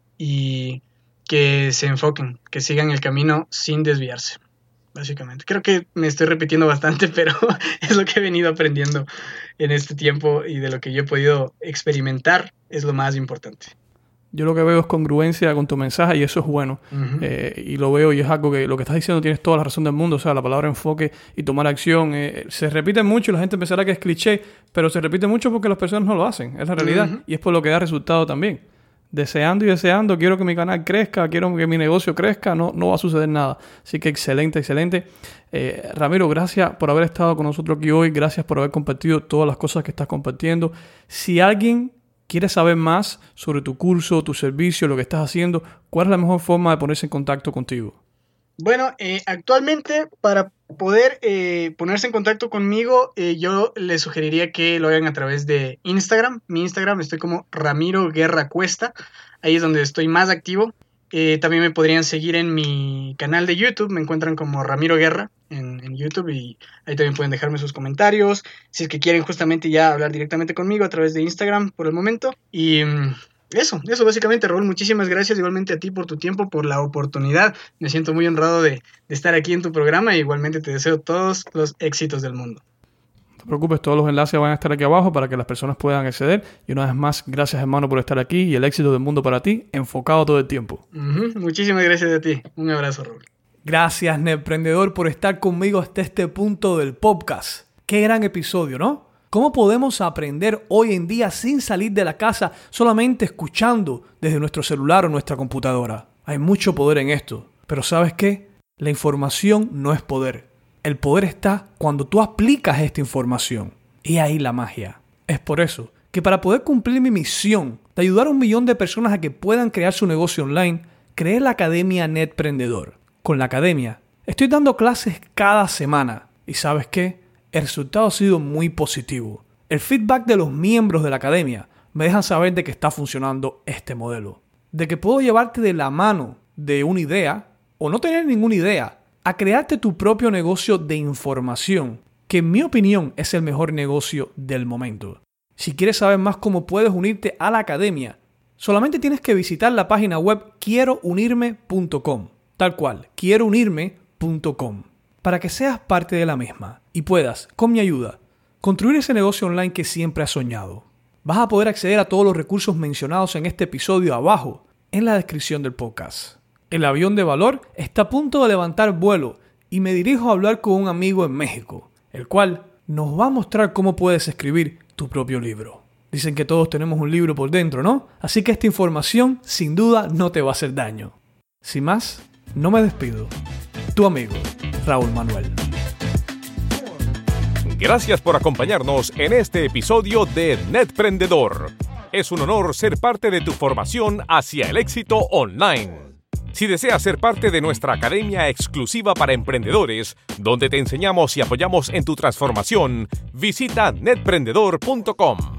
y que se enfoquen, que sigan el camino sin desviarse, básicamente. Creo que me estoy repitiendo bastante, pero es lo que he venido aprendiendo en este tiempo y de lo que yo he podido experimentar es lo más importante. Yo lo que veo es congruencia con tu mensaje y eso es bueno. Uh-huh. Eh, y lo veo y es algo que lo que estás diciendo tienes toda la razón del mundo. O sea, la palabra enfoque y tomar acción eh, se repite mucho y la gente pensará que es cliché, pero se repite mucho porque las personas no lo hacen. Es la realidad. Uh-huh. Y es por lo que da resultado también. Deseando y deseando, quiero que mi canal crezca, quiero que mi negocio crezca, no, no va a suceder nada. Así que excelente, excelente. Eh, Ramiro, gracias por haber estado con nosotros aquí hoy. Gracias por haber compartido todas las cosas que estás compartiendo. Si alguien ¿quieres saber más sobre tu curso, tu servicio, lo que estás haciendo? ¿Cuál es la mejor forma de ponerse en contacto contigo? Bueno, eh, actualmente para poder eh, ponerse en contacto conmigo, eh, yo les sugeriría que lo hagan a través de Instagram. Mi Instagram estoy como Ramiro Guerra Cuesta. Ahí es donde estoy más activo. Eh, también me podrían seguir en mi canal de YouTube. Me encuentran como Ramiro Guerra en, en YouTube y ahí también pueden dejarme sus comentarios. Si es que quieren justamente ya hablar directamente conmigo a través de Instagram por el momento. Y um, eso, eso básicamente, Raúl. Muchísimas gracias igualmente a ti por tu tiempo, por la oportunidad. Me siento muy honrado de, de estar aquí en tu programa y igualmente te deseo todos los éxitos del mundo. No te preocupes, todos los enlaces van a estar aquí abajo para que las personas puedan acceder. Y una vez más, gracias hermano por estar aquí y el éxito del mundo para ti, enfocado todo el tiempo. Uh-huh. Muchísimas gracias a ti. Un abrazo, Raúl. Gracias, Netprendedor, por estar conmigo hasta este punto del podcast. Qué gran episodio, ¿no? ¿Cómo podemos aprender hoy en día sin salir de la casa, solamente escuchando desde nuestro celular o nuestra computadora? Hay mucho poder en esto. Pero ¿sabes qué? La información no es poder. El poder está cuando tú aplicas esta información. Y ahí la magia. Es por eso que para poder cumplir mi misión de ayudar a un millón de personas a que puedan crear su negocio online, creé la Academia Netprendedor. Con la Academia estoy dando clases cada semana. ¿Y sabes qué? El resultado ha sido muy positivo. El feedback de los miembros de la Academia me dejan saber de que está funcionando este modelo. De que puedo llevarte de la mano de una idea, o no tener ninguna idea, a crearte tu propio negocio de información, que en mi opinión es el mejor negocio del momento. Si quieres saber más cómo puedes unirte a la Academia, solamente tienes que visitar la página web quiero unirme punto com, tal cual, quiero unirme punto com, para que seas parte de la misma y puedas, con mi ayuda, construir ese negocio online que siempre has soñado. Vas a poder acceder a todos los recursos mencionados en este episodio abajo, en la descripción del podcast. El avión de valor está a punto de levantar vuelo y me dirijo a hablar con un amigo en México, el cual nos va a mostrar cómo puedes escribir tu propio libro. Dicen que todos tenemos un libro por dentro, ¿no? Así que esta información sin duda no te va a hacer daño. Sin más, no me despido. Tu amigo, Raúl Manuel. Gracias por acompañarnos en este episodio de Netprendedor. Es un honor ser parte de tu formación hacia el éxito online. Si deseas ser parte de nuestra academia exclusiva para emprendedores, donde te enseñamos y apoyamos en tu transformación, visita netprendedor punto com.